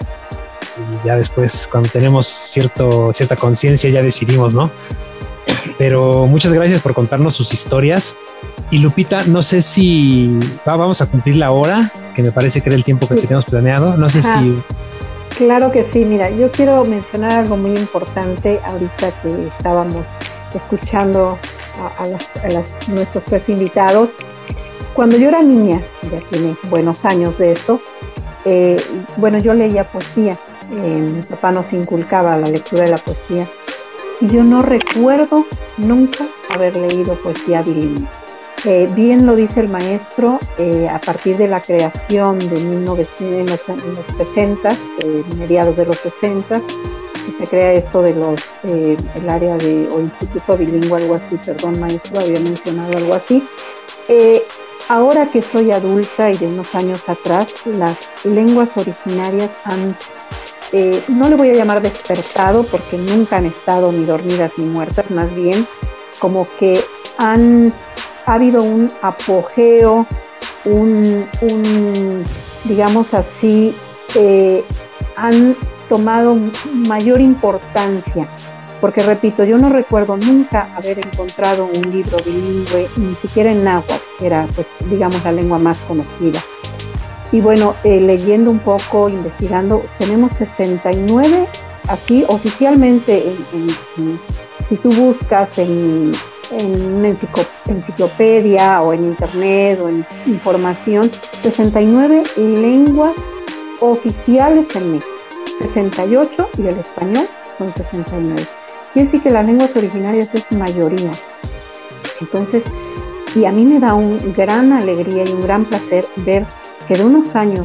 Y ya después, cuando tenemos cierto, cierta conciencia, ya decidimos, ¿no? Pero muchas gracias por contarnos sus historias. Y Lupita, no sé si va, vamos a cumplir la hora, que me parece que era el tiempo que teníamos planeado. No sé Ajá. si... Claro que sí, mira, yo quiero mencionar algo muy importante ahorita que estábamos escuchando a, a, las, a las, nuestros tres invitados. Cuando yo era niña, ya tiene buenos años de eso, eh, bueno, yo leía poesía, eh, mi papá nos inculcaba la lectura de la poesía y yo no recuerdo nunca haber leído poesía bilingüe. Eh, bien lo dice el maestro, eh, a partir de la creación de mil novecientos, en los sesentas, eh, mediados de los sesentas, se crea esto de los, eh, el área de, o instituto bilingüe, algo así, perdón maestro, había mencionado algo así. Eh, ahora que soy adulta y de unos años atrás, las lenguas originarias han, eh, no le voy a llamar despertado porque nunca han estado ni dormidas ni muertas, más bien como que han... ha habido un apogeo, un, un digamos así, eh, han tomado mayor importancia, porque repito, yo no recuerdo nunca haber encontrado un libro bilingüe, ni siquiera en náhuatl, que era, pues, digamos, la lengua más conocida. Y bueno, eh, leyendo un poco, investigando, tenemos sesenta y nueve, aquí oficialmente, en, en, en, si tú buscas en... en una enciclopedia o en internet o en información, sesenta y nueve lenguas oficiales en México, sesenta y ocho y el español son sesenta y nueve. Quiere decir que las lenguas originarias es mayoría. Entonces, y a mí me da una gran alegría y un gran placer ver que de unos años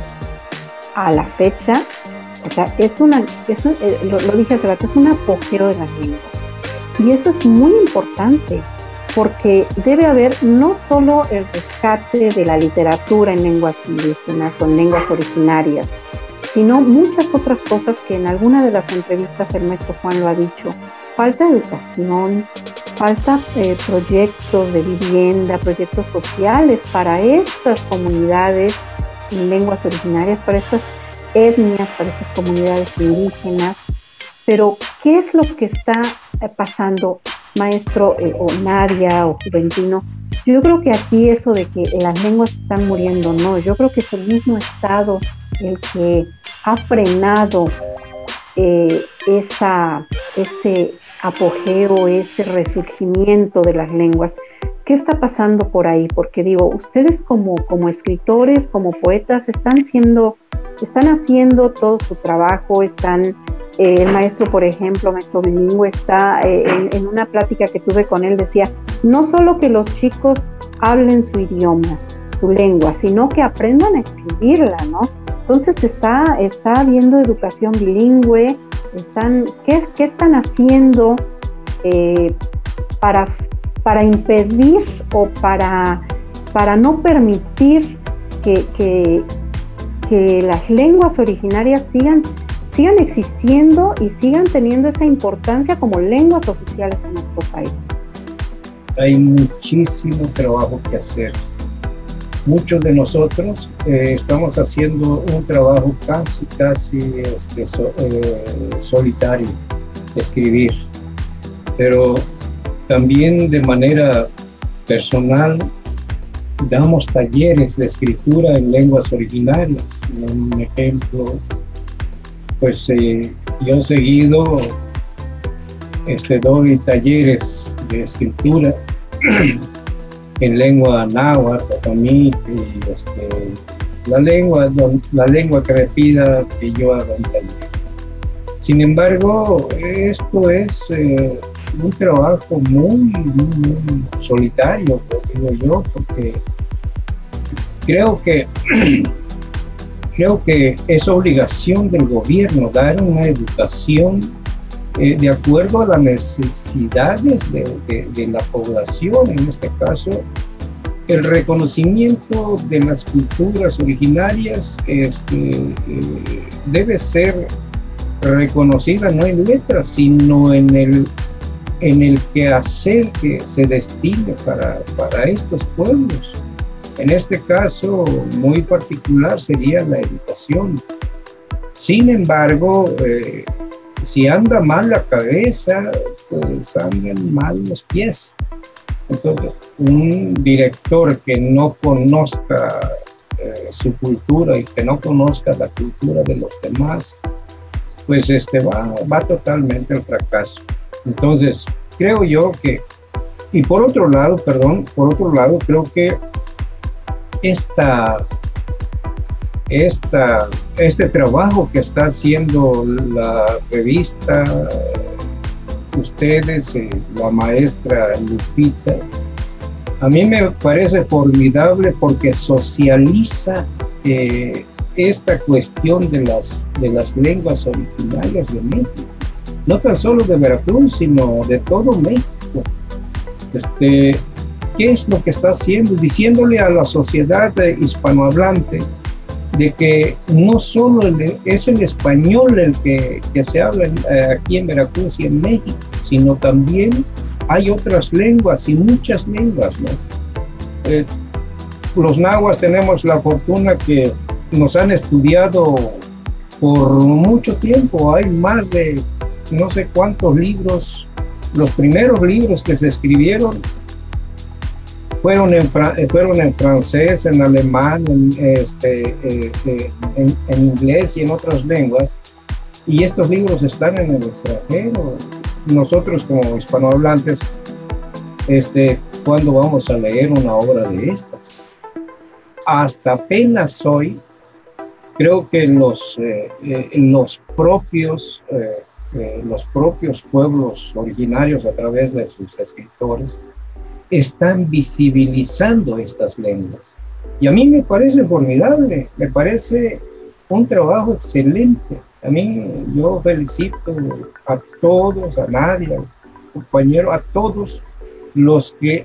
a la fecha, o sea, es una, es un, eh, lo, lo dije hace rato, es un apogeo de las lenguas. Y eso es muy importante, porque debe haber no solo el rescate de la literatura en lenguas indígenas o en lenguas originarias, sino muchas otras cosas que en alguna de las entrevistas el maestro Juan lo ha dicho. Falta educación, falta eh, proyectos de vivienda, proyectos sociales para estas comunidades en lenguas originarias, para estas etnias, para estas comunidades indígenas. Pero, ¿qué es lo que está pasando, maestro, eh, o Nadia, o Juventino? Yo creo que aquí eso de que las lenguas están muriendo, no, yo creo que es el mismo Estado el que ha frenado eh, esa, ese apogeo, ese resurgimiento de las lenguas. ¿Qué está pasando por ahí? Porque digo, ustedes como, como escritores, como poetas, están siendo, están haciendo todo su trabajo, están... Eh, el maestro, por ejemplo, maestro bilingüe, está eh, en, en una plática que tuve con él, decía, no solo que los chicos hablen su idioma, su lengua, sino que aprendan a escribirla, ¿no? Entonces está, está habiendo educación bilingüe, están, ¿qué, qué están haciendo eh, para, para impedir o para, para no permitir que, que, que las lenguas originarias sigan sigan existiendo y sigan teniendo esa importancia como lenguas oficiales en nuestro país? Hay muchísimo trabajo que hacer. muchos de nosotros eh, estamos haciendo un trabajo casi, casi este, so, eh, solitario, escribir, pero también de manera personal damos talleres de escritura en lenguas originarias. Un ejemplo, pues eh, yo seguido este, doy talleres de escritura en lengua náhuatl, tamí, y este, la lengua, la lengua que me pida que yo haga un taller. Sin embargo, esto es eh, un trabajo muy, muy, muy solitario, digo yo, porque creo que creo que es obligación del gobierno dar una educación Eh, de acuerdo a las necesidades de, de, de la población, en este caso, el reconocimiento de las culturas originarias este, eh, debe ser reconocida no en letras, sino en el, en el quehacer que se destine para, para estos pueblos. En este caso, muy particular sería la educación. Sin embargo, eh, si anda mal la cabeza, pues andan mal los pies. Entonces, un director que no conozca eh, su cultura y que no conozca la cultura de los demás, pues este va, va totalmente al fracaso. Entonces, creo yo que, y por otro lado, perdón, por otro lado, creo que esta... Esta, este trabajo que está haciendo la revista, ustedes, eh, la maestra Lupita, a mí me parece formidable porque socializa eh, esta cuestión de las, de las lenguas originarias de México, no tan solo de Veracruz, sino de todo México. Este, ¿qué es lo que está haciendo? Diciéndole a la sociedad hispanohablante de que no solo el, es el español el que, que se habla eh, aquí en Veracruz y en México, sino también hay otras lenguas y muchas lenguas, ¿no? Eh, los nahuas tenemos la fortuna que nos han estudiado por mucho tiempo, hay más de no sé cuántos libros, los primeros libros que se escribieron Fueron en, fueron en francés, en alemán, en, este, eh, eh, en, en inglés y en otras lenguas, y estos libros están en el extranjero. Nosotros como hispanohablantes, este, ¿cuándo vamos a leer una obra de estas? Hasta apenas hoy, creo que los, eh, eh, los, propios, eh, eh, los propios pueblos originarios a través de sus escritores están visibilizando estas lenguas. Y a mí me parece formidable, me parece un trabajo excelente. A mí, yo felicito a todos, a Nadia, al compañero, a todos los que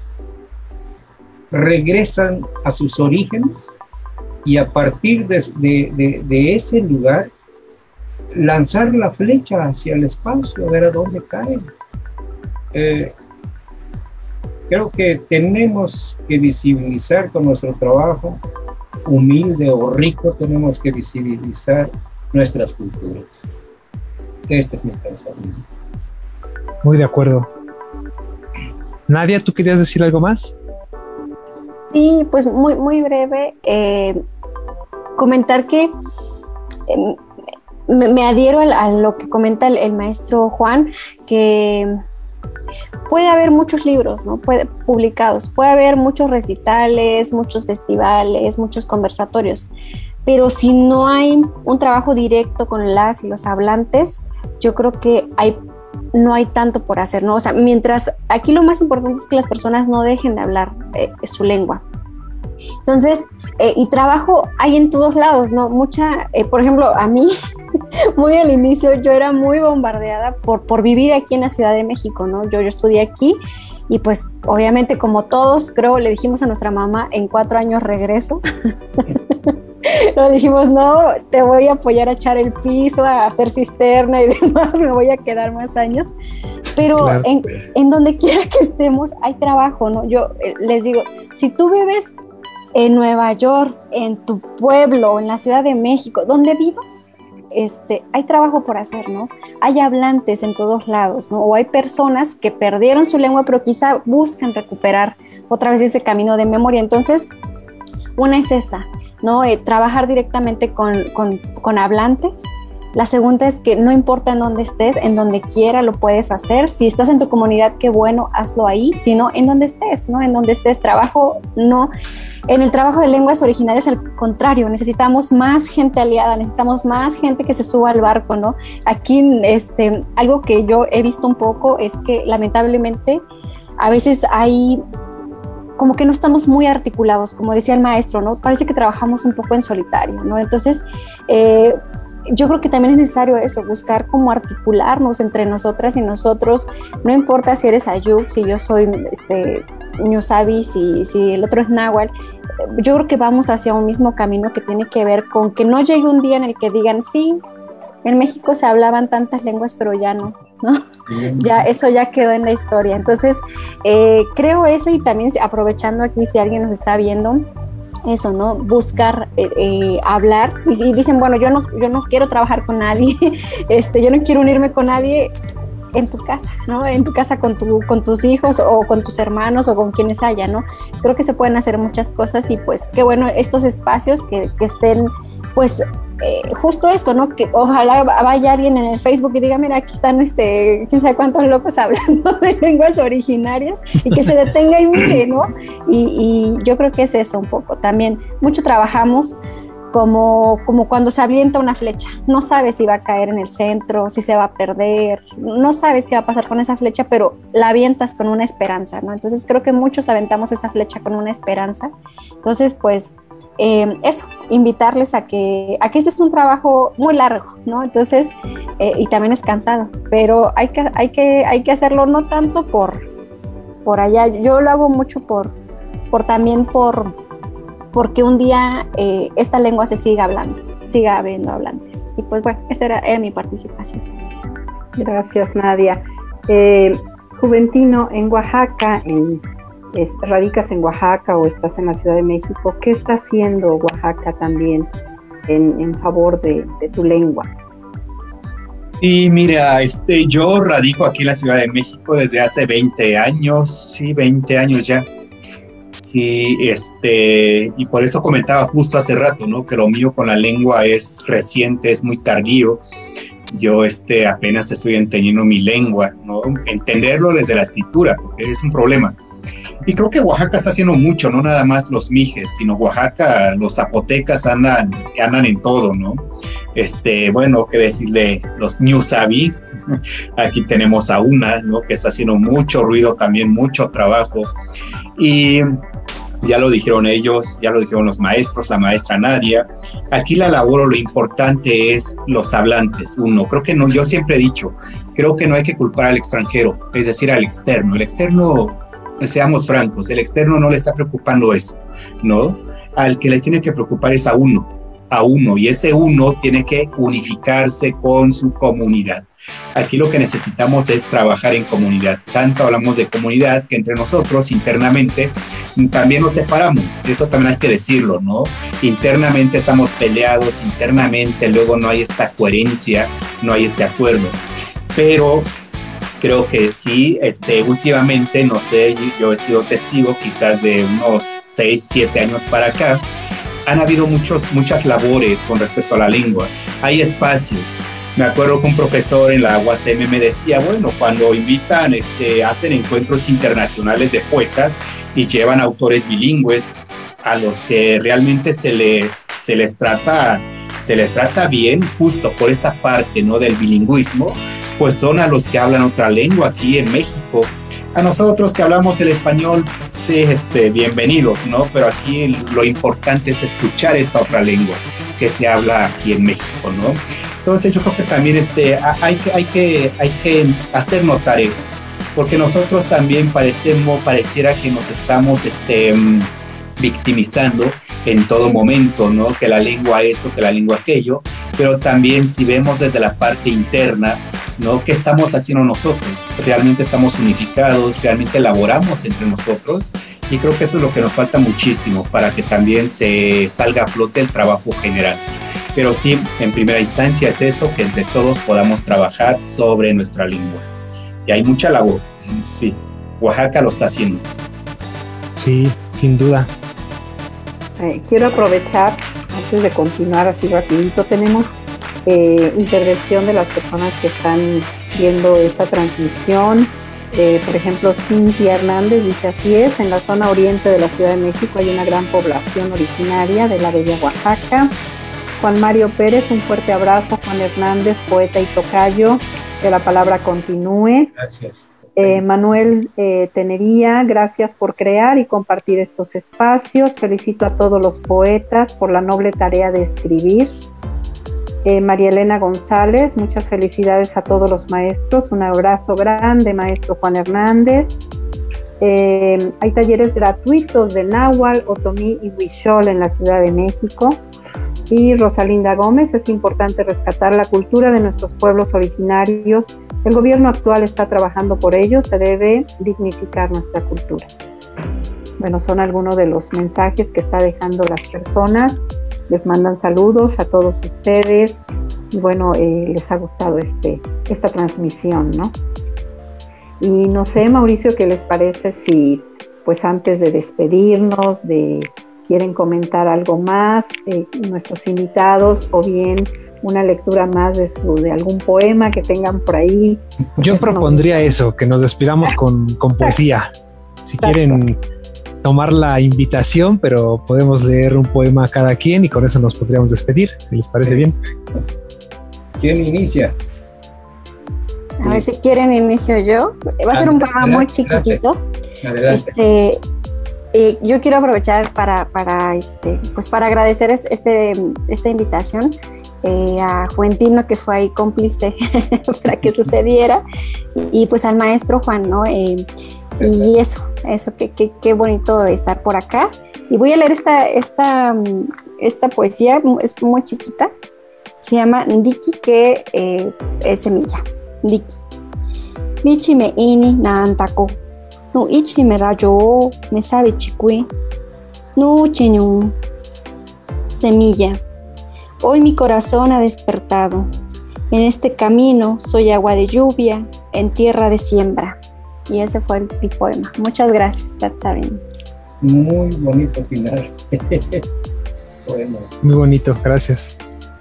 regresan a sus orígenes y a partir de, de, de, de ese lugar lanzar la flecha hacia el espacio, a ver a dónde caen. Eh, Creo que tenemos que visibilizar con nuestro trabajo, humilde o rico, tenemos que visibilizar nuestras culturas. Este es mi pensamiento. Muy de acuerdo. Nadia, ¿tú querías decir algo más? Sí, pues muy, muy breve. Eh, comentar que eh, me, me adhiero a, a lo que comenta el, el maestro Juan, que puede haber muchos libros, ¿no? Puede, publicados, puede haber muchos recitales, muchos festivales, muchos conversatorios, pero si no hay un trabajo directo con las y los hablantes, yo creo que hay, no hay tanto por hacer, ¿no? O sea, mientras, aquí lo más importante es que las personas no dejen de hablar eh, su lengua. Entonces, eh, y trabajo hay en todos lados, ¿no? Mucha, eh, por ejemplo, a mí, muy al inicio, yo era muy bombardeada por, por vivir aquí en la Ciudad de México, ¿no? Yo, yo estudié aquí y pues, obviamente, como todos, creo, le dijimos a nuestra mamá, en cuatro años regreso. Le dijimos, no, te voy a apoyar a echar el piso, a hacer cisterna y demás, me voy a quedar más años. Pero claro, en, en donde quiera que estemos, hay trabajo, ¿no? Yo eh, les digo, si tú vives en Nueva York, en tu pueblo, en la Ciudad de México, donde vivas, este, hay trabajo por hacer, ¿no? Hay hablantes en todos lados, ¿no? O hay personas que perdieron su lengua, pero quizá buscan recuperar otra vez ese camino de memoria. Entonces, una es esa, ¿no? Eh, trabajar directamente con, con, con hablantes. La segunda es que no importa en dónde estés, en donde quiera lo puedes hacer. Si estás en tu comunidad, qué bueno, hazlo ahí, sino en donde estés, ¿no? En donde estés, trabajo, no. En el trabajo de lenguas originarias, al contrario, necesitamos más gente aliada, necesitamos más gente que se suba al barco, ¿no? Aquí, este, algo que yo he visto un poco es que lamentablemente a veces hay como que no estamos muy articulados, como decía el maestro, ¿no? Parece que trabajamos un poco en solitario, ¿no? Entonces, eh, yo creo que también es necesario eso, buscar cómo articularnos entre nosotras y nosotros, no importa si eres Ayuk, si yo soy este, Ñusabi, si, si el otro es Náhuatl, yo creo que vamos hacia un mismo camino que tiene que ver con que no llegue un día en el que digan, sí, en México se hablaban tantas lenguas, pero ya no, ¿no? Ya, eso ya quedó en la historia. Entonces, eh, creo eso, y también aprovechando aquí, si alguien nos está viendo, eso, ¿no? Buscar eh, eh, hablar, y si dicen, bueno, yo no, yo no quiero trabajar con nadie, este, yo no quiero unirme con nadie, en tu casa, ¿no? En tu casa con, tu, con tus hijos o con tus hermanos o con quienes haya, ¿no? Creo que se pueden hacer muchas cosas, y pues qué bueno estos espacios que, que estén, pues, eh, justo esto, ¿no? Que ojalá vaya alguien en el Facebook y diga, mira, aquí están este, quién sabe cuántos locos hablando de lenguas originarias, y que se detenga y mire, ¿no? Y, y yo creo que es eso un poco. También mucho trabajamos como, como cuando se avienta una flecha, no sabes si va a caer en el centro, si se va a perder, no sabes qué va a pasar con esa flecha, pero la avientas con una esperanza, ¿no? Entonces creo que muchos aventamos esa flecha con una esperanza. Entonces, pues, eh, eso, invitarles a que, a que este es un trabajo muy largo, ¿no? Entonces, eh, y también es cansado, pero hay que, hay que, hay que hacerlo no tanto por, por allá, yo lo hago mucho por, por también por, porque un día eh, esta lengua se siga hablando, siga habiendo hablantes. Y pues bueno, esa era, era mi participación. Gracias, Nadia. Eh, Juventino, en Oaxaca, en, es, radicas en Oaxaca o estás en la Ciudad de México, ¿qué está haciendo Oaxaca también en, en favor de, de tu lengua? Y mira, este, yo radico aquí en la Ciudad de México desde hace veinte años, sí, veinte años ya. Sí, este, y por eso comentaba justo hace rato, ¿no? Que lo mío con la lengua es reciente, es muy tardío. Yo este, apenas estoy entendiendo mi lengua, ¿no? Entenderlo desde la escritura, porque es un problema. Y creo que Oaxaca está haciendo mucho, no nada más los mijes, sino Oaxaca, los zapotecas andan, andan en todo, ¿no? Este, bueno, qué decirle, los Ñusabi, aquí tenemos a una, ¿no? Que está haciendo mucho ruido también, mucho trabajo. Y ya lo dijeron ellos, ya lo dijeron los maestros, la maestra Nadia. Aquí la labor, lo importante es los hablantes. Uno, creo que no, yo siempre he dicho, creo que no hay que culpar al extranjero, es decir, al externo. El externo, seamos francos, el externo no le está preocupando eso, ¿no? Al que le tiene que preocupar es a uno, a uno, y ese uno tiene que unificarse con su comunidad. Aquí lo que necesitamos es trabajar en comunidad. Tanto hablamos de comunidad que entre nosotros internamente también nos separamos. Eso también hay que decirlo, ¿no? Internamente estamos peleados, internamente luego no hay esta coherencia, no hay este acuerdo. Pero creo que sí, este, últimamente, no sé, yo he sido testigo quizás de unos seis, siete años para acá, han habido muchos, muchas labores con respecto a la lengua. Hay espacios. Me acuerdo que un profesor en la U A C M me decía, bueno, cuando invitan, este, hacen encuentros internacionales de poetas y llevan autores bilingües a los que realmente se les, se les trata, se les trata bien, justo por esta parte, ¿no? Del bilingüismo, pues son a los que hablan otra lengua aquí en México. A nosotros que hablamos el español, sí, este, bienvenidos, ¿no? Pero aquí lo importante es escuchar esta otra lengua que se habla aquí en México, ¿no? Entonces yo creo que también este, hay, que, hay, que, hay que hacer notar eso, porque nosotros también parecemos, pareciera que nos estamos este, victimizando en todo momento, ¿no? Que la lengua esto, que la lengua aquello, pero también si vemos desde la parte interna, ¿no? ¿Qué estamos haciendo nosotros? ¿Realmente estamos unificados? ¿Realmente elaboramos entre nosotros? Y creo que eso es lo que nos falta muchísimo para que también se salga a flote el trabajo general. Pero sí, en primera instancia es eso, que entre todos podamos trabajar sobre nuestra lengua. Y hay mucha labor, sí. Oaxaca lo está haciendo. Sí, sin duda. Eh, quiero aprovechar, antes de continuar así rapidito, tenemos eh, intervención de las personas que están viendo esta transmisión. Eh, por ejemplo, Cintia Hernández dice: así es, en la zona oriente de la Ciudad de México hay una gran población originaria de la bella Oaxaca. Juan Mario Pérez, un fuerte abrazo. Juan Hernández, poeta y tocayo, que la palabra continúe. Gracias. Eh, Manuel eh, Tenería, gracias por crear y compartir estos espacios. Felicito a todos los poetas por la noble tarea de escribir. Eh, María Elena González, muchas felicidades a todos los maestros. Un abrazo grande, maestro Juan Hernández. Eh, hay talleres gratuitos de náhuatl, otomí y huichol en la Ciudad de México. Y Rosalinda Gómez: es importante rescatar la cultura de nuestros pueblos originarios. El gobierno actual está trabajando por ello, se debe dignificar nuestra cultura. Bueno, son algunos de los mensajes que está dejando las personas. Les mandan saludos a todos ustedes. Y bueno, eh, les ha gustado este, esta transmisión, ¿no? Y no sé, Mauricio, ¿qué les parece si, pues antes de despedirnos, de quieren comentar algo más, eh, nuestros invitados, o bien una lectura más de, su, de algún poema que tengan por ahí? Yo propondría nos... eso, que nos despidamos con, con poesía. Si Exacto. quieren tomar la invitación, pero podemos leer un poema a cada quien y con eso nos podríamos despedir, si les parece bien. ¿Quién inicia? A ver, si quieren inicio yo. Va a ser un poema muy chiquitito. Adelante. Este, eh, yo quiero aprovechar para, para, este, pues para agradecer este, esta invitación. Eh, a Juventino, que fue ahí cómplice para que sucediera, y, y pues al maestro Juan, ¿no? Eh, y eso, eso, qué qué qué bonito de estar por acá. Y voy a leer esta, esta, esta poesía, es muy chiquita, se llama Ndiki, que eh, es semilla. Ndiki. Michi me ini na antako, no ichi me rayo, me sabe chicui, no chiñu, semilla. Hoy mi corazón ha despertado. En este camino soy agua de lluvia, en tierra de siembra. Y ese fue el, mi poema. Muchas gracias, Tatsabin. Muy bonito final. Poema. Muy bonito, gracias.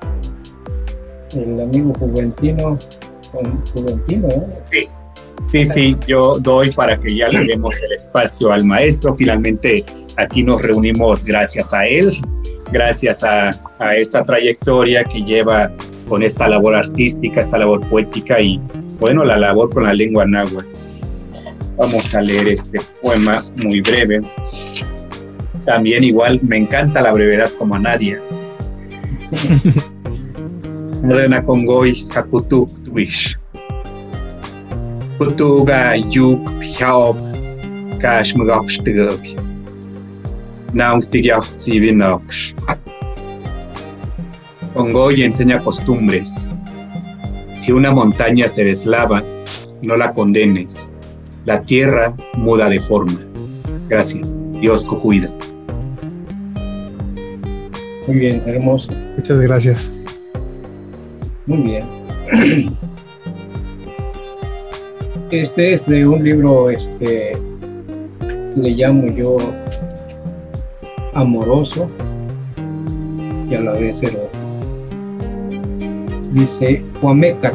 El amigo Juventino, con Juventino, ¿eh? Sí. Sí, sí, yo doy para que ya le demos el espacio al maestro. Finalmente aquí nos reunimos gracias a él, gracias a, a esta trayectoria que lleva con esta labor artística, esta labor poética y, bueno, la labor con la lengua náhuatl. Vamos a leer este poema muy breve. También igual me encanta la brevedad como a Nadia. Modena Congoy Hakutu Twish. Kutuga yuk piaop kash magaksh tigak. Naung tigyak zibinaksh. Congoy enseña costumbres. Si una montaña se deslava, no la condenes. La tierra muda de forma. Gracias. Dios te cuida. Muy bien, hermoso. Muchas gracias. Muy bien. Este es de un libro, este, le llamo yo amoroso y a la vez erótico. Dice: Huamecac,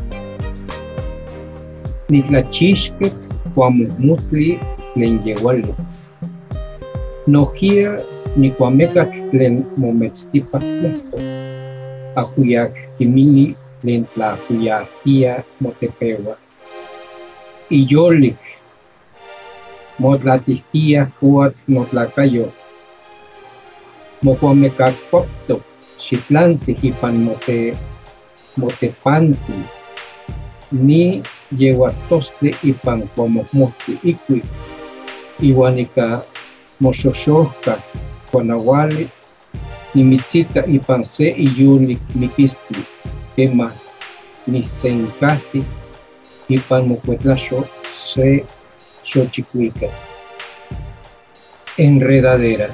Nitlachishket, Huamutli, Tlenyehuali, Nojia, ni Huamecac, Tlen Mometztipatleto, Ajuyac, Kimini, Tlen Tlajuyatia, Motepewa. Y yolik, motlatihtia, huat, motlacayo, mohuamecacpopto, xitlante, hipan mote, motepanti, ni yehuatostle, ipan huamosmostle, iqui, ihuanica, moxoxohca, cuanahuali, ni mitzita, ipan se, y yolik, miquistli, quema, Nisencati, Ipanucuetlaxo, Se Xochicuica. Enredadera.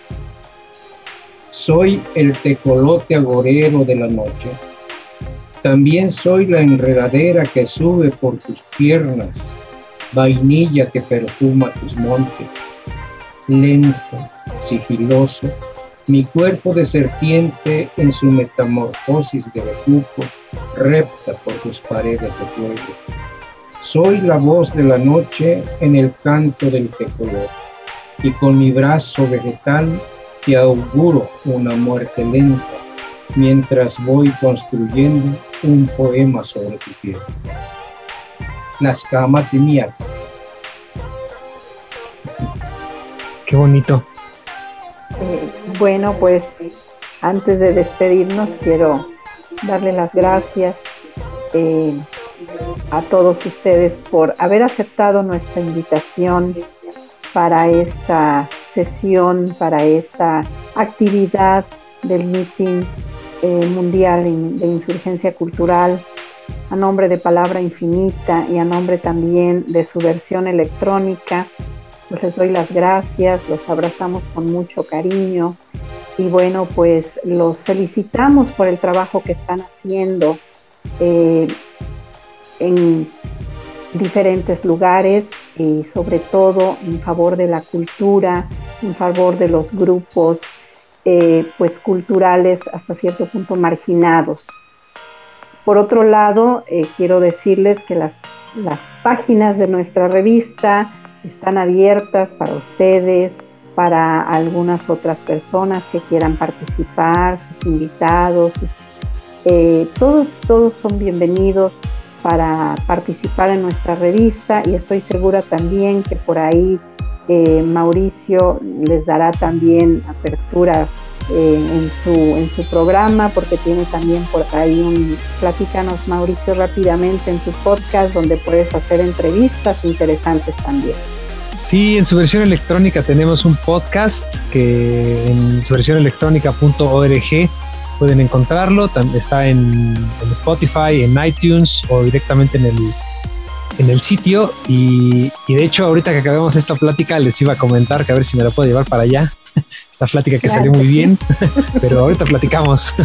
Soy el tecolote agorero de la noche. También soy la enredadera que sube por tus piernas, vainilla que perfuma tus montes. Lento, sigiloso, mi cuerpo de serpiente en su metamorfosis de bejuco repta por tus paredes de fuego. Soy la voz de la noche en el canto del tecolote, y con mi brazo vegetal te auguro una muerte lenta, mientras voy construyendo un poema sobre tu piel. Las camas de mierda. Qué bonito. Eh, bueno, pues antes de despedirnos quiero darle las gracias eh, a todos ustedes por haber aceptado nuestra invitación para esta sesión, para esta actividad del meeting eh, mundial de insurgencia cultural, a nombre de Palabra Infinita y a nombre también de su versión electrónica. Pues les doy las gracias, los abrazamos con mucho cariño y bueno, pues los felicitamos por el trabajo que están haciendo eh, en diferentes lugares y sobre todo en favor de la cultura, en favor de los grupos eh, pues culturales hasta cierto punto marginados. Por otro lado, eh, quiero decirles que las, las páginas de nuestra revista están abiertas para ustedes, para algunas otras personas que quieran participar, sus invitados, sus, eh, todos, todos son bienvenidos para participar en nuestra revista y estoy segura también que por ahí eh, Mauricio les dará también apertura eh, en, su, en su programa, porque tiene también por ahí un, platícanos Mauricio rápidamente en tu podcast donde puedes hacer entrevistas interesantes también. Sí, en su versión electrónica tenemos un podcast que en su versión electrónica punto org pueden encontrarlo. Está en, en Spotify, en iTunes o directamente en el, en el sitio. Y, y de hecho, ahorita que acabemos esta plática, les iba a comentar que a ver si me la puedo llevar para allá. Esta plática que claro. Salió muy bien, pero ahorita platicamos.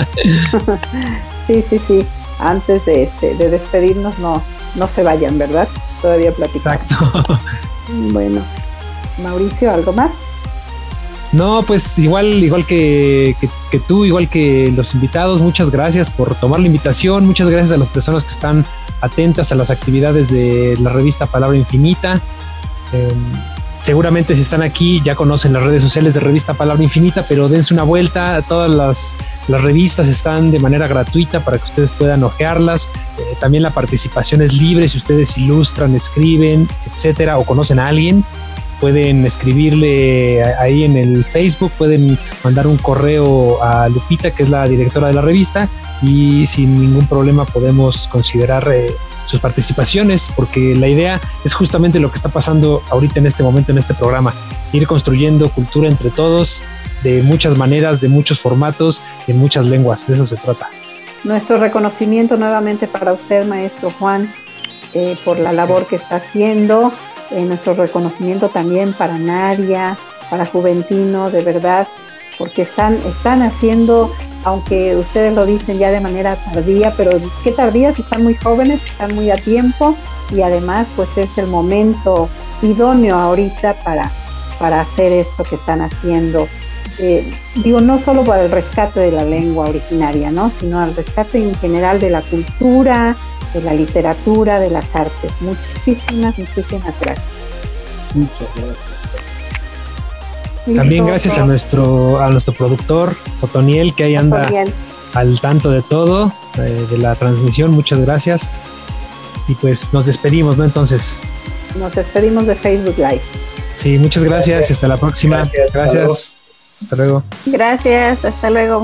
Sí, sí, sí. Antes de, este, de despedirnos, no, no se vayan, ¿verdad? Todavía platicamos. Exacto. Bueno, Mauricio, ¿algo más? No, pues igual, igual que, que, que tú, igual que los invitados, muchas gracias por tomar la invitación, muchas gracias a las personas que están atentas a las actividades de la revista Palabra Infinita. Eh, seguramente si están aquí ya conocen las redes sociales de Revista Palabra Infinita, pero dense una vuelta, todas las, las revistas están de manera gratuita para que ustedes puedan hojearlas. Eh, también la participación es libre, si ustedes ilustran, escriben, etcétera, o conocen a alguien, pueden escribirle ahí en el Facebook, pueden mandar un correo a Lupita, que es la directora de la revista, y sin ningún problema podemos considerar eh, sus participaciones, porque la idea es justamente lo que está pasando ahorita en este momento en este programa, ir construyendo cultura entre todos, de muchas maneras, de muchos formatos, en muchas lenguas, de eso se trata. Nuestro reconocimiento nuevamente para usted, maestro Juan, eh, por la labor que está haciendo. Eh, nuestro reconocimiento también para Nadia, para Juventino, de verdad, porque están, están haciendo, aunque ustedes lo dicen ya de manera tardía, pero qué tardías, están muy jóvenes, están muy a tiempo y además pues es el momento idóneo ahorita para, para hacer esto que están haciendo. Eh, digo, no solo para el rescate de la lengua originaria, ¿no?, sino al rescate en general de la cultura, de la literatura, de las artes. Muchísimas, muchísimas gracias. Muchas gracias. También gracias a nuestro a nuestro productor, Otoniel, que ahí anda Otoniel. Al tanto de todo, eh, de la transmisión. Muchas gracias. Y pues nos despedimos, ¿no? Entonces. Nos despedimos de Facebook Live. Sí, muchas gracias. gracias. Hasta la próxima. Gracias. Gracias. Hasta luego. Gracias. Hasta luego.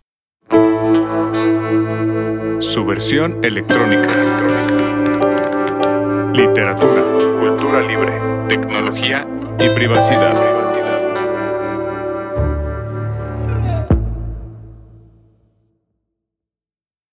Su versión electrónica. Literatura, cultura libre, tecnología y privacidad.